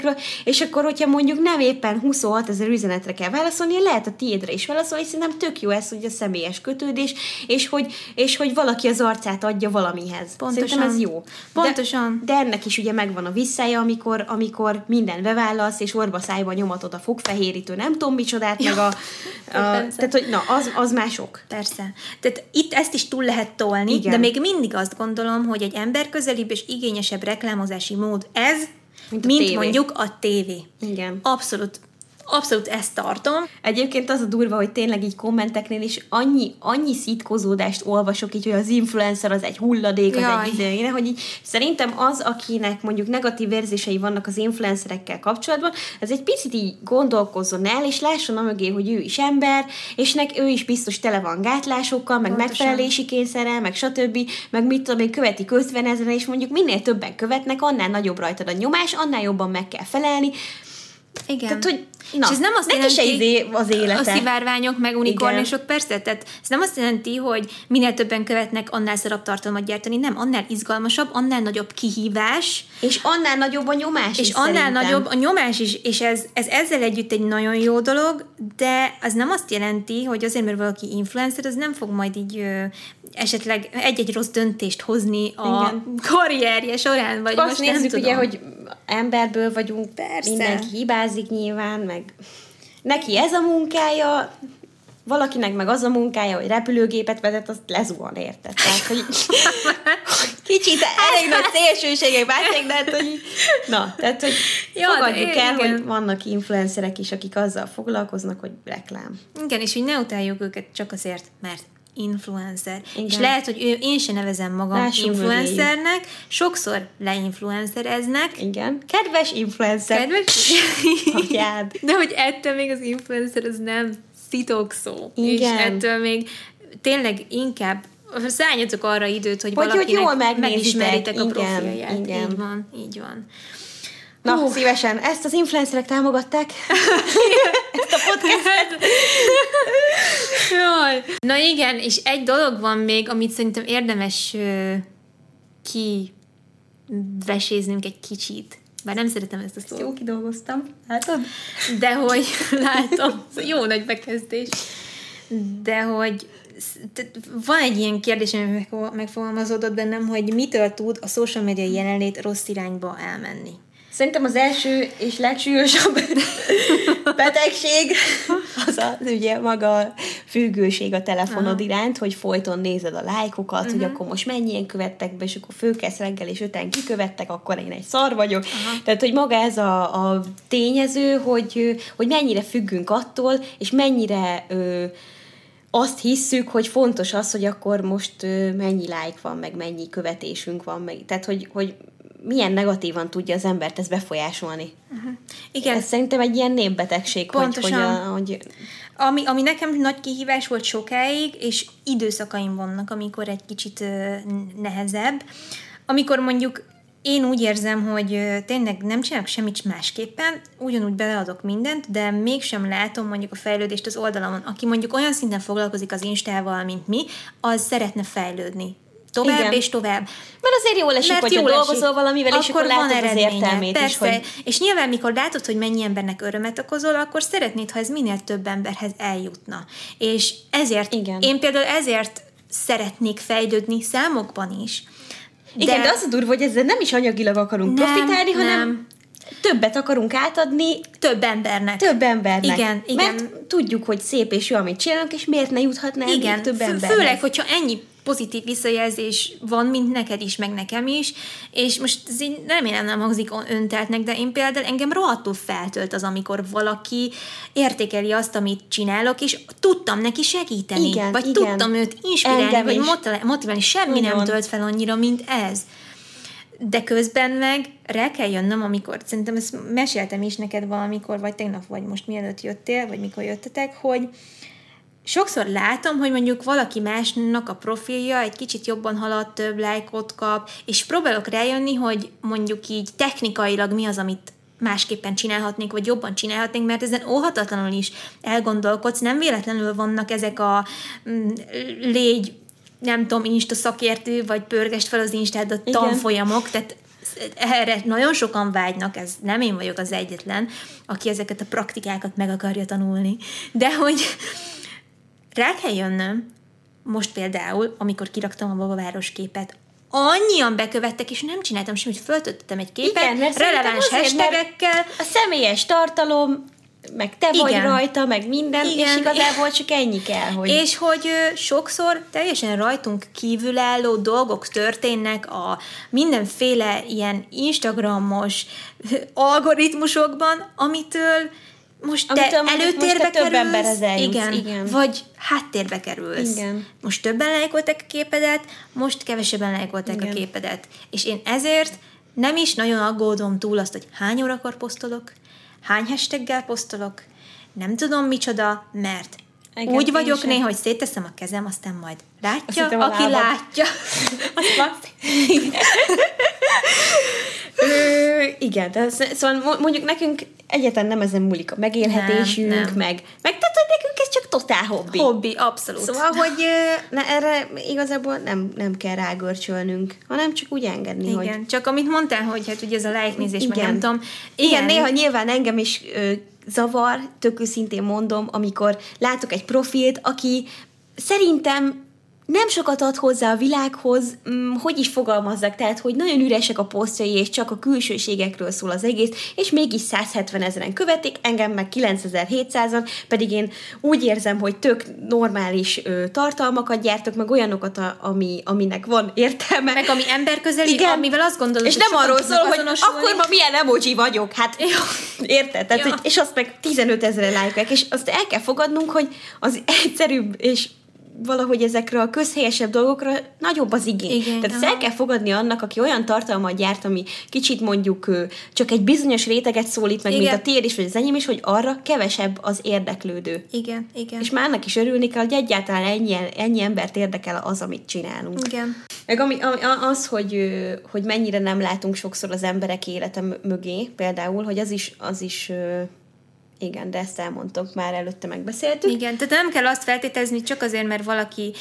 írva, és akkor, hogyha mondjuk nem éppen 26 000 üzenetre kell válaszolni, lehet a tiédre is válaszolni, és szerintem tök jó ez, hogy a személyes kötődés, és hogy valaki az arcát adja valamihez. Pontosan. Szerintem ez jó. Pontosan. De ennek is ugye megvan a visszája, amikor minden beválasz, és orba szájba nyomatod a fogfehérítő, nem tudom micsodát, meg tehát, hogy na, az már sok. Persze. Tehát itt ezt is túl lehet tolni, igen. De még mindig azt gondolom, hogy egy emberközelibb és igényesebb reklámozási mód ez, mint mondjuk a tévé. Igen. Abszolút ezt tartom. Egyébként az a durva, hogy tényleg így kommenteknél is annyi szitkozódást olvasok, így, hogy az influencer az egy hulladék, az egy idejére, hogy így szerintem az, akinek mondjuk negatív érzései vannak az influencerekkel kapcsolatban, ez egy picit így gondolkozzon el, és lásson amögé, hogy ő is ember, és ő is biztos tele van gátlásokkal, meg megfelelési kényszerrel, meg stb., meg mit tudom én, követik 50 000, és mondjuk minél többen követnek, annál nagyobb rajtad a nyomás, annál jobban meg kell felelni. Igen. Tehát, hogy és ez nem azt jelenti, az élete. A szivárványok, meg unikornisok, persze, tehát ez nem azt jelenti, hogy minél többen követnek, annál szarabb tartalmat gyártani, nem, annál izgalmasabb, annál nagyobb kihívás. És annál nagyobb a nyomás és is annál szerintem. Nagyobb a nyomás is, és ez ezzel együtt egy nagyon jó dolog, de az nem azt jelenti, hogy azért, mert valaki influencer, az nem fog majd így esetleg egy-egy rossz döntést hozni a karrierje során, vagy azt nézzük ugye, hogy emberből vagyunk, persze. Mindenki hibázik nyilván, meg neki ez a munkája, valakinek meg az a munkája, hogy repülőgépet vezet, azt lezuhan, érted? Tehát, hogy kicsit elég nagy szélsőségek bátják, de hát, hogy tehát, hogy fogadjuk el, hogy vannak influencerek is, akik azzal foglalkoznak, hogy reklám. Igen, és hogy ne utáljuk őket csak azért, mert influencer. Igen. És lehet, hogy én sem nevezem magam influencernek, sokszor leinfluencereznek. Igen. Kedves influencer. Atyád. De hogy ettől még az influencer az nem szitokszó. Igen. És ettől még tényleg inkább szálljatok arra időt, hogy valakinek jól megismeritek a profilját. Igen. Így van. Na, szívesen. Ezt az influencerek támogatták. Ezt a podcastet. Jaj. Na igen, és egy dolog van még, amit szerintem érdemes kiveséznünk egy kicsit. Bár nem szeretem ezt a szót. Jó kidolgoztam. Látod? De hogy látom, jó nagy bekezdés. De hogy van egy ilyen kérdés, ami megfogalmazódott bennem, hogy mitől tud a social media jelenlét rossz irányba elmenni. Szerintem az első és legsúlyosabb betegség az ugye maga a függőség a telefonod iránt, hogy folyton nézed a lájkokat, hogy akkor most mennyien követtek be, és akkor fölkelsz reggel, és 5-en kikövettek, akkor én egy szar vagyok. Tehát, hogy maga ez a tényező, hogy mennyire függünk attól, és mennyire azt hisszük, hogy fontos az, hogy akkor most mennyi like van, meg mennyi követésünk van, meg, tehát, hogy milyen negatívan tudja az embert ezt befolyásolni. Igen. Ez szerintem egy ilyen népbetegség, hogy Ami nekem nagy kihívás volt sokáig, és időszakaim vannak, amikor egy kicsit nehezebb. Amikor mondjuk én úgy érzem, hogy tényleg nem csinálok semmit másképpen, ugyanúgy beleadok mindent, de mégsem látom mondjuk a fejlődést az oldalamon. Aki mondjuk olyan szinten foglalkozik az Instával, mint mi, az szeretne fejlődni. Tovább és tovább. Mert azért jól esik, hogy dolgozol valamivel, és akkor látod az értelmét is. Hogy... És nyilván, mikor látod, hogy mennyi embernek örömet okozol, akkor szeretnéd, ha ez minél több emberhez eljutna. És ezért, én például ezért szeretnék fejlődni számokban is. Igen, de az a durva, hogy ezzel nem is anyagilag akarunk profitálni, hanem többet akarunk átadni több embernek. Igen. Mert tudjuk, hogy szép és jó, amit csinálunk, és miért ne juthatná még több embernek. Főleg, hogyha ennyi pozitív visszajelzés van, mint neked is, meg nekem is, és most ez így remélem nem hangzik önteltnek, de én például engem rohadtul feltölt az, amikor valaki értékeli azt, amit csinálok, és tudtam neki segíteni, vagy tudtam őt inspirálni, vagy motiválni, semmi nem tölt fel annyira, mint ez. De közben meg rá kell jönnöm, amikor, szerintem ezt meséltem is neked valamikor, vagy tegnap, vagy most mielőtt jöttél, vagy mikor jöttetek, hogy sokszor látom, hogy mondjuk valaki másnak a profilja egy kicsit jobban halad, több lájkot kap, és próbálok rájönni, hogy mondjuk így technikailag mi az, amit másképpen csinálhatnék, vagy jobban csinálhatnék, mert ezen óhatatlanul is elgondolkodsz, nem véletlenül vannak ezek a légy, nem tudom, Insta szakértő, vagy pörgest fel az Instád a tanfolyamok, tehát erre nagyon sokan vágynak, ez nem én vagyok az egyetlen, aki ezeket a praktikákat meg akarja tanulni. De hogy rá kell jönnöm, most például, amikor kiraktam a babaváros képet, annyian bekövettek, és nem csináltam semmit, hogy föltöltöttem egy képet, igen, releváns hashtagekkel. A személyes tartalom, meg te igen. vagy rajta, meg minden, igen. és igazából csak ennyi kell, hogy... És hogy sokszor teljesen rajtunk kívülálló dolgok történnek a mindenféle ilyen instagramos algoritmusokban, amitől most te előtérbe kerülsz, igen, vagy háttérbe kerülsz. Igen. Most többen lájkolták a képedet, most kevesebben lájkolták a képedet. És én ezért nem is nagyon aggódom túl azt, hogy hány órakor posztolok, hány hashtaggel posztolok, nem tudom micsoda, mert igen, úgy vagyok néha, hogy szétteszem a kezem, aztán majd látja, aki látja. Igen, szóval mondjuk nekünk egyáltalán nem ezen múlik a megélhetésünk, nem. meg tehát, hogy nekünk ez csak totál hobbi. Hobbi, abszolút. Szóval, hogy erre igazából nem kell rágörcsölnünk, hanem csak úgy engedni, igen, hogy... csak amit mondtál, hogy hát ugye ez a like-nézés, meg nem tudom. Igen, néha nyilván engem is zavar, tök őszintén mondom, amikor látok egy profilt, aki szerintem nem sokat ad hozzá a világhoz, hogy is fogalmazzak, tehát, hogy nagyon üresek a posztjai, és csak a külsőségekről szól az egész, és mégis 170 000 követik, engem meg 9700-an, pedig én úgy érzem, hogy tök normális tartalmakat gyártok, meg olyanokat, aminek van értelme. Meg ami emberközeli, igen. amivel azt gondolod, és nem arról szól, hogy akkor ma milyen emoji vagyok, hát érted? Tehát, hogy, és azt meg 15 000 lájkolják, és azt el kell fogadnunk, hogy az egyszerűbb és valahogy ezekre a közhelyesebb dolgokra nagyobb az igény. Igen, tehát ezt el kell fogadni annak, aki olyan tartalmat gyárt, ami kicsit mondjuk csak egy bizonyos réteget szólít meg, igen. mint a tiéd is, vagy az enyém is, hogy arra kevesebb az érdeklődő. Igen, igen. És már annak is örülni kell, hogy egyáltalán ennyi embert érdekel az, amit csinálunk. Igen. Meg az, hogy mennyire nem látunk sokszor az emberek élete mögé, például, hogy az is igen, de ezt elmondtok, már előtte megbeszéltük. Igen, tehát nem kell azt feltételezni, csak azért, mert valaki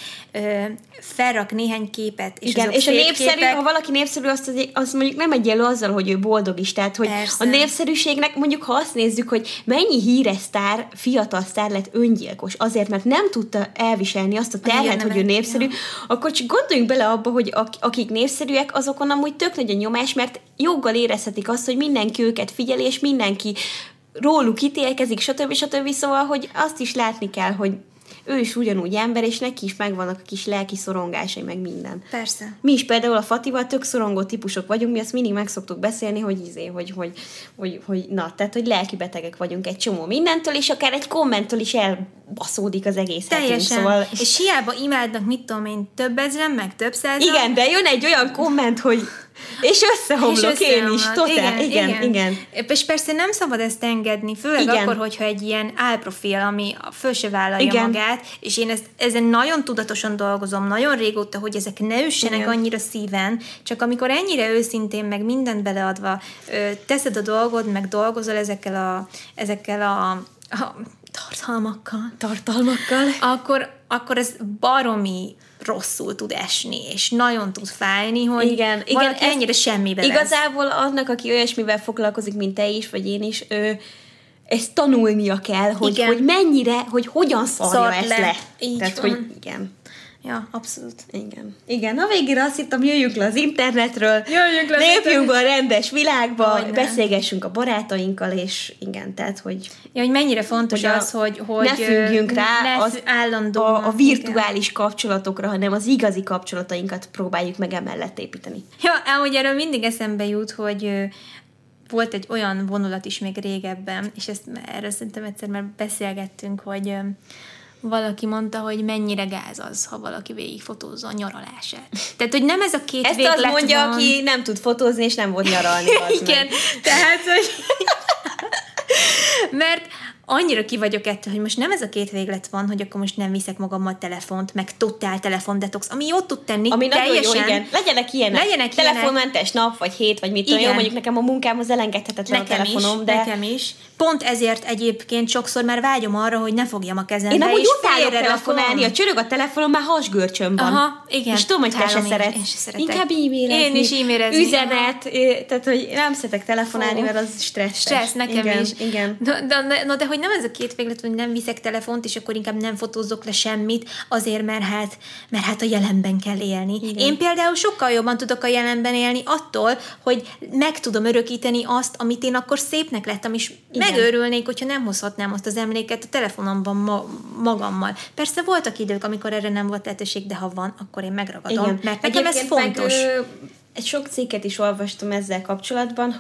felrak néhány képet, és igen, és a népszerű, ha valaki népszerű, az mondjuk nem egyenlő azzal, hogy ő boldog is, tehát hogy persze. A népszerűségnek mondjuk, ha azt nézzük, hogy mennyi híres sztár, fiatal sztár lett öngyilkos azért, mert nem tudta elviselni azt a terhet, hogy ő népszerű, akkor csak gondoljunk bele abba, hogy akik népszerűek, azokon amúgy tök nagy a nyomás, mert joggal érezhetik azt, hogy mindenki őket figyeli, és mindenki róluk ítélkezik, stb. Szóval, hogy azt is látni kell, hogy ő is ugyanúgy ember, és neki is megvannak a kis lelki szorongásai, meg minden. Persze. Mi is például a Fatival tök szorongó típusok vagyunk, mi azt mindig meg szoktuk beszélni, hogy na, tehát, hogy lelki betegek vagyunk egy csomó mindentől, és akár egy kommenttől is elbaszódik az egész hetünk. Szóval... És hiába imádnak, mit tudom én, több ezren, meg több százan. Igen, de jön egy olyan komment, hogy és összehomlok én is, totál. Igen. És persze nem szabad ezt engedni, főleg igen. akkor, hogyha egy ilyen álprofil, ami föl se vállalja igen. magát, és én ezen nagyon tudatosan dolgozom, nagyon régóta, hogy ezek ne üssenek igen. annyira szíven, csak amikor ennyire őszintén, meg mindent beleadva teszed a dolgod, meg dolgozol ezekkel a tartalmakkal, akkor ez baromi rosszul tud esni, és nagyon tud fájni, hogy igen, ennyire semmibe lesz. Igazából annak, aki olyasmivel foglalkozik, mint te is, vagy én is, ezt tanulnia kell, hogy mennyire, hogy hogyan szarja ezt le. Tehát, hogy igen. Ja, abszolút. Igen, a végére azt hittem, jöjjünk le az internetről, lépjünk be a rendes világba, beszélgessünk a barátainkkal, és igen, tehát, hogy... Ja, hogy mennyire fontos az, hogy ne függjünk rá a virtuális kapcsolatokra, hanem az igazi kapcsolatainkat próbáljuk meg emellett építeni. Ja, amúgy erről mindig eszembe jut, hogy volt egy olyan vonulat is még régebben, és erről szerintem egyszer már beszélgettünk, hogy valaki mondta, hogy mennyire gáz az, ha valaki végigfotózza a nyaralását. Tehát, hogy nem ez a két véglet van. Ezt az mondja, aki nem tud fotózni, és nem volt nyaralni. Igen, tehát, hogy... Mert annyira ki vagyok ettől, hogy most nem ez a két véglet van, hogy akkor most nem viszek magammal telefont, meg totál telefondetox, ami jót tud tenni. Ami teljesen. nagyon jó, igen. Legyenek ilyenek. Telefonmentes nap, vagy hét, vagy mit tudom, jó, mondjuk nekem a munkám az elengedhetetlen a telefonom, de... Nekem is. Pont ezért egyébként sokszor már vágyom arra, hogy ne fogjam a kezembe. Én amúgy utálok telefonálni, a csörög a telefonom, már hasgörcsöm van. Aha, igen. És tudom, hogy te se szeretsz. Inkább e-mailezni. Én is e-mailezni. Üzenet, tehát, hogy nem szeretek telefonálni, mert az stressz. Stressz, nekem igen, is. Igen. De hogy nem ez a két véglet, hogy nem viszek telefont, és akkor inkább nem fotózok le semmit, azért, mert hát a jelenben kell élni. Igen. Én például sokkal jobban tudok a jelenben élni attól, hogy meg tudom örökíteni azt, amit én akkor szépnek lettem, és megőrülnék, hogyha nem hozhatnám azt az emléket a telefonomban magammal. Persze voltak idők, amikor erre nem volt lehetőség, de ha van, akkor én megragadom, igen. Mert nekem ez fontos. Egy sok cikket is olvastam ezzel kapcsolatban,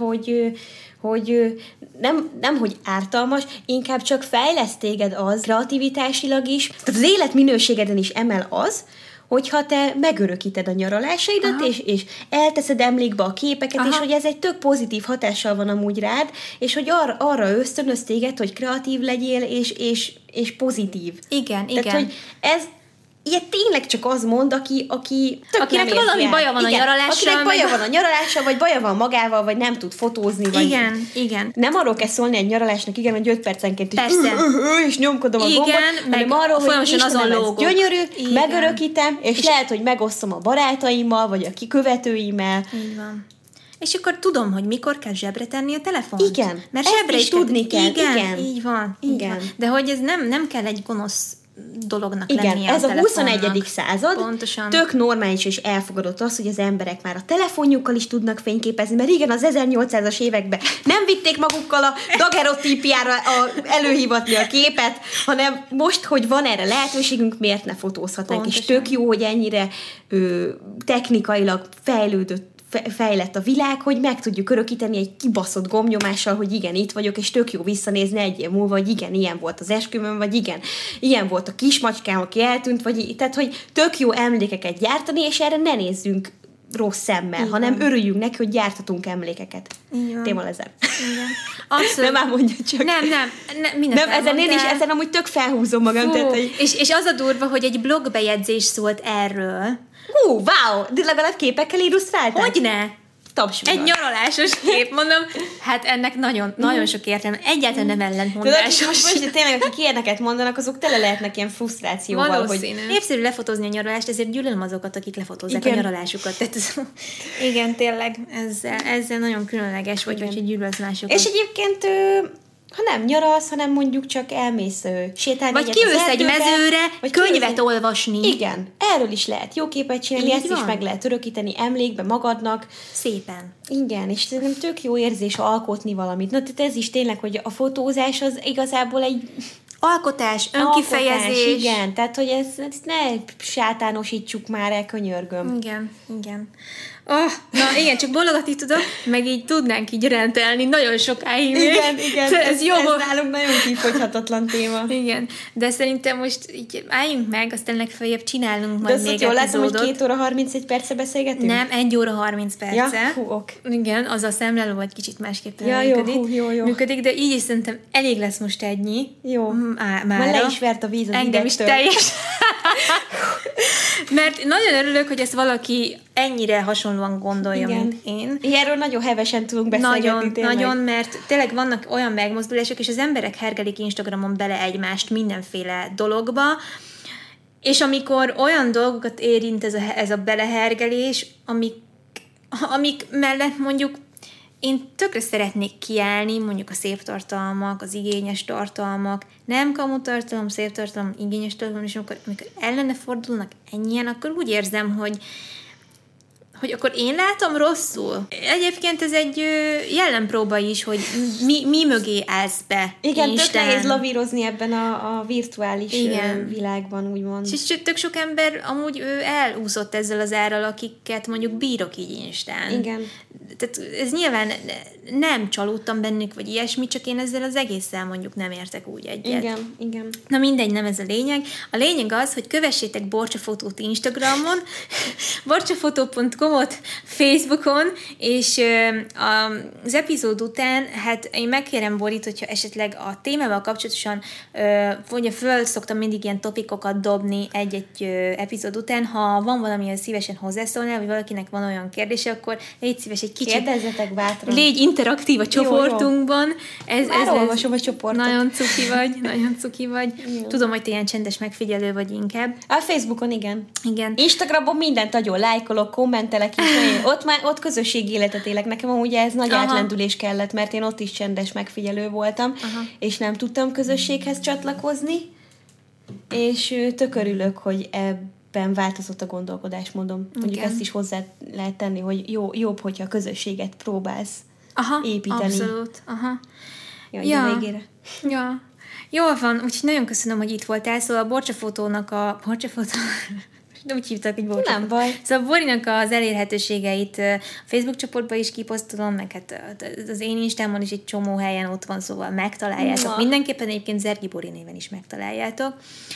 hogy nem hogy ártalmas, inkább csak fejleszt téged az kreativitásilag is, tehát az életminőségeden is emel az, hogyha te megörökíted a nyaralásaidat, és elteszed emlékbe a képeket, és hogy ez egy tök pozitív hatással van amúgy rád, és hogy arra ösztönöz téged, hogy kreatív legyél, és pozitív. Igen, tehát, igen. hogy ez ilyet tényleg csak az mond, akinek valami baja van a nyaralással. Akinek baja van a nyaralással, vagy baja van magával, vagy nem tud fotózni. Vagy igen. Nem arról kell szólni egy nyaralásnak, igen, hogy 5 percenként is és nyomkodom a gombot, hanem arról, hogy Istenem, ez gyönyörű, megörökítem, és lehet, hogy megosztom a barátaimmal, vagy a kikövetőimmel. Így van. És akkor tudom, hogy mikor kell zsebre tenni a telefont. Igen. Mert zsebre is tudni kell. Igen. Így van. De hogy ez nem kell egy gonosz dolognak lennie ez a 21. század. Pontosan. Tök normális és elfogadott az, hogy az emberek már a telefonjukkal is tudnak fényképezni, mert igen, az 1800-as években nem vitték magukkal a daguerreotípiára előhívatni a képet, hanem most, hogy van erre lehetőségünk, miért ne fotózhatnánk. És tök jó, hogy ennyire technikailag fejlett a világ, hogy meg tudjuk örökíteni egy kibaszott gombnyomással, hogy igen, itt vagyok, és tök jó visszanézni egy év múlva, hogy igen, ilyen volt az esküvőm, vagy igen, ilyen volt a kismacskám, aki eltűnt, vagy tehát, hogy tök jó emlékeket gyártani, és erre ne nézzünk rossz szemmel, igen. hanem örüljünk neki, hogy gyártatunk emlékeket. Téma ezen. Abszolút. Nem mondja csak. Nem, ezen amúgy tök felhúzom magam. Tehát, hogy... és az a durva, hogy egy blogbejegyzés szólt erről. Wow! De legalább képekkel illusztráltál? Hogyne? Egy nyaralásos kép, mondom, hát ennek nagyon sok értelme. Egyáltalán nem ellentmondásos. Most tényleg, akik ilyeneket mondanak, azok tele lehetnek ilyen frusztrációval. Valószínű. Hogy... Népszerű lefotózni a nyaralást, ezért gyűlölöm azokat, akik lefotózzák a nyaralásukat. Tehát igen, tényleg, ezzel nagyon különleges vagy, hogy gyűlölsz másokat. És egyébként... ha nem nyaralsz, hanem mondjuk csak elmész sétálni. Vagy kiülsz egy mezőre, vagy könyvet olvasni. Igen, erről is lehet jó képet csinálni, ezt is meg lehet örökíteni emlékbe magadnak. Szépen. Igen, és szerintem tök jó érzés alkotni valamit. Na, tehát ez is tényleg, hogy a fotózás az igazából egy... Alkotás, önkifejezés. Igen, tehát, hogy ezt ne sátánosítsuk már el, könyörgöm. Igen. Na igen, csak bologatni tudok, meg így tudnánk így rendelni nagyon sokáig. Igen, ez jó. Ez nálunk nagyon kifogyhatatlan téma. Igen, de szerintem most így álljunk meg, aztán legfeljebb csinálunk majd még jól látom, hogy 2 óra 31 perce beszélgetünk? Nem, 1 óra 30 perce. Ja, ok. Igen, az a szemlelő vagy kicsit másképpen működik, de így is szerintem elég lesz most ennyi. Jó. Már le is vert a víz az engem is teljes. Mert nagyon örülök, hogy ezt valaki ennyire hasonlóan gondolja, mint én. Erről nagyon hevesen tudunk beszélgetni. Nagyon, mert tényleg vannak olyan megmozdulások, és az emberek hergelik Instagramon bele egymást mindenféle dologba, és amikor olyan dolgokat érint ez a belehergelés, amik mellett mondjuk én tökre szeretnék kiállni, mondjuk a szép tartalmak, az igényes tartalmak, nem kamu tartalom, szép tartalom, igényes tartalom, és amikor ellene fordulnak ennyien, akkor úgy érzem, hogy akkor én látom rosszul. Egyébként ez egy jellempróba is, hogy mi mögé állsz be. Igen, tök nehéz lavírozni ebben a virtuális világban, úgymond. És tök sok ember amúgy elúszott ezzel az árral, akiket mondjuk bírok így Instán. Igen. Tehát ez nyilván nem csalódtam bennük, vagy ilyesmi, csak én ezzel az egésszel mondjuk nem értek úgy egyet. Igen. Na mindegy, nem ez a lényeg. A lényeg az, hogy kövessétek Borcsafotót Instagramon, borcsafotó.com Instagramomot, Facebookon, és az epizód után, hát én megkérem Borit, hogyha esetleg a témával kapcsolatosan ugye föl szoktam mindig ilyen topikokat dobni egy-egy epizód után, ha van valamilyen szívesen hozzászólnál, vagy valakinek van olyan kérdése, akkor légy szíves egy kicsit. Kérdezzetek bátran. Légy interaktív a csoportunkban. Már olvasom a csoportot. Nagyon cuki vagy. Jó. Tudom, hogy te ilyen csendes megfigyelő vagy inkább. A Facebookon igen. Igen. Instagramon mindent nagyon lájkolok, kommentelek is. Ott közösségi életet élek. Nekem amúgy ez nagy átlendülés kellett, mert én ott is csendes megfigyelő voltam, és nem tudtam közösséghez csatlakozni, és tök örülök, hogy ebben változott a gondolkodásmódom. Mondjuk ezt is hozzá lehet tenni, hogy jobb, hogyha a közösséget próbálsz építeni. Abszolút. Ja. Végére. Ja. Jól van, úgyhogy nagyon köszönöm, hogy itt voltál. Szóval a Borcsafotónak de úgy hívtak, hogy Borcsafotó. Nem baj. Szóval Borinak az elérhetőségeit a Facebook csoportban is kiposztolom, meg hát az én Instámon is egy csomó helyen ott van, szóval megtaláljátok. Mindenképpen egyébként Zergi Bori néven is megtaláljátok.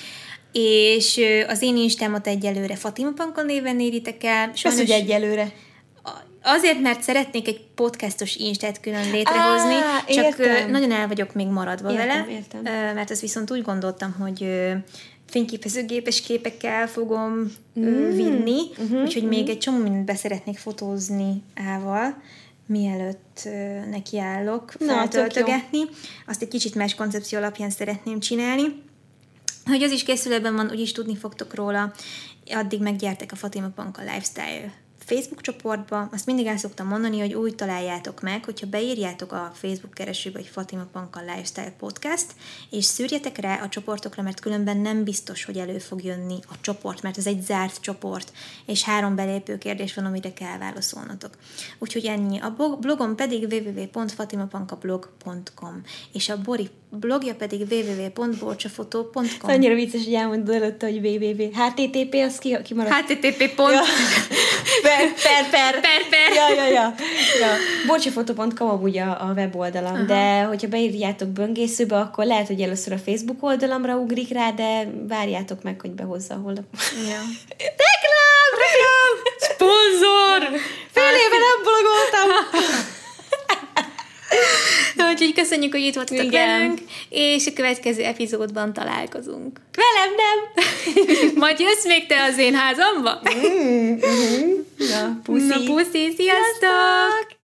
És az én Instámot egyelőre Fatima Panka néven éritek el. Ez ugye egyelőre? Azért, mert szeretnék egy podcastos Instát külön létrehozni, csak nagyon el vagyok még maradva vele, mert ezt viszont úgy gondoltam, hogy fényképezőgépes képekkel fogom vinni, úgyhogy még egy csomó mindent beszeretnék fotózni Ával, mielőtt nekiállok feltöltögetni. Azt egy kicsit más koncepció alapján szeretném csinálni. Hogy az is készülőben van, úgyis tudni fogtok róla, addig meggyertek a Fatima Panka Lifestyle Facebook csoportba. Azt mindig el szoktam mondani, hogy úgy találjátok meg, hogyha beírjátok a Facebook keresőbe, hogy Fatima Panka Lifestyle Podcast, és szűrjetek rá a csoportokra, mert különben nem biztos, hogy elő fog jönni a csoport, mert ez egy zárt csoport, és 3 belépő kérdés van, amire kell válaszolnotok. Úgyhogy ennyi. A blogom pedig www.fatimapankablog.com, és a Bori blogja pedig www.borcsafotó.com. Annyira vicces, hogy elmondod előtte, hogy www. HTTP, az kimaradt. HTTP. Per. Ja. Borcsafotó.com amúgy a weboldalam, de hogyha beírjátok böngészőbe, akkor lehet, hogy először a Facebook oldalamra ugrik rá, de várjátok meg, hogy behozza a honlap. Ja. Reklám! Szponzor! Fél éve nem blogoltam! Úgyhogy köszönjük, hogy itt voltatok velünk, és a következő epizódban találkozunk. Velem nem! Majd jössz még te az én házamba? Na, puszi! Sziasztok!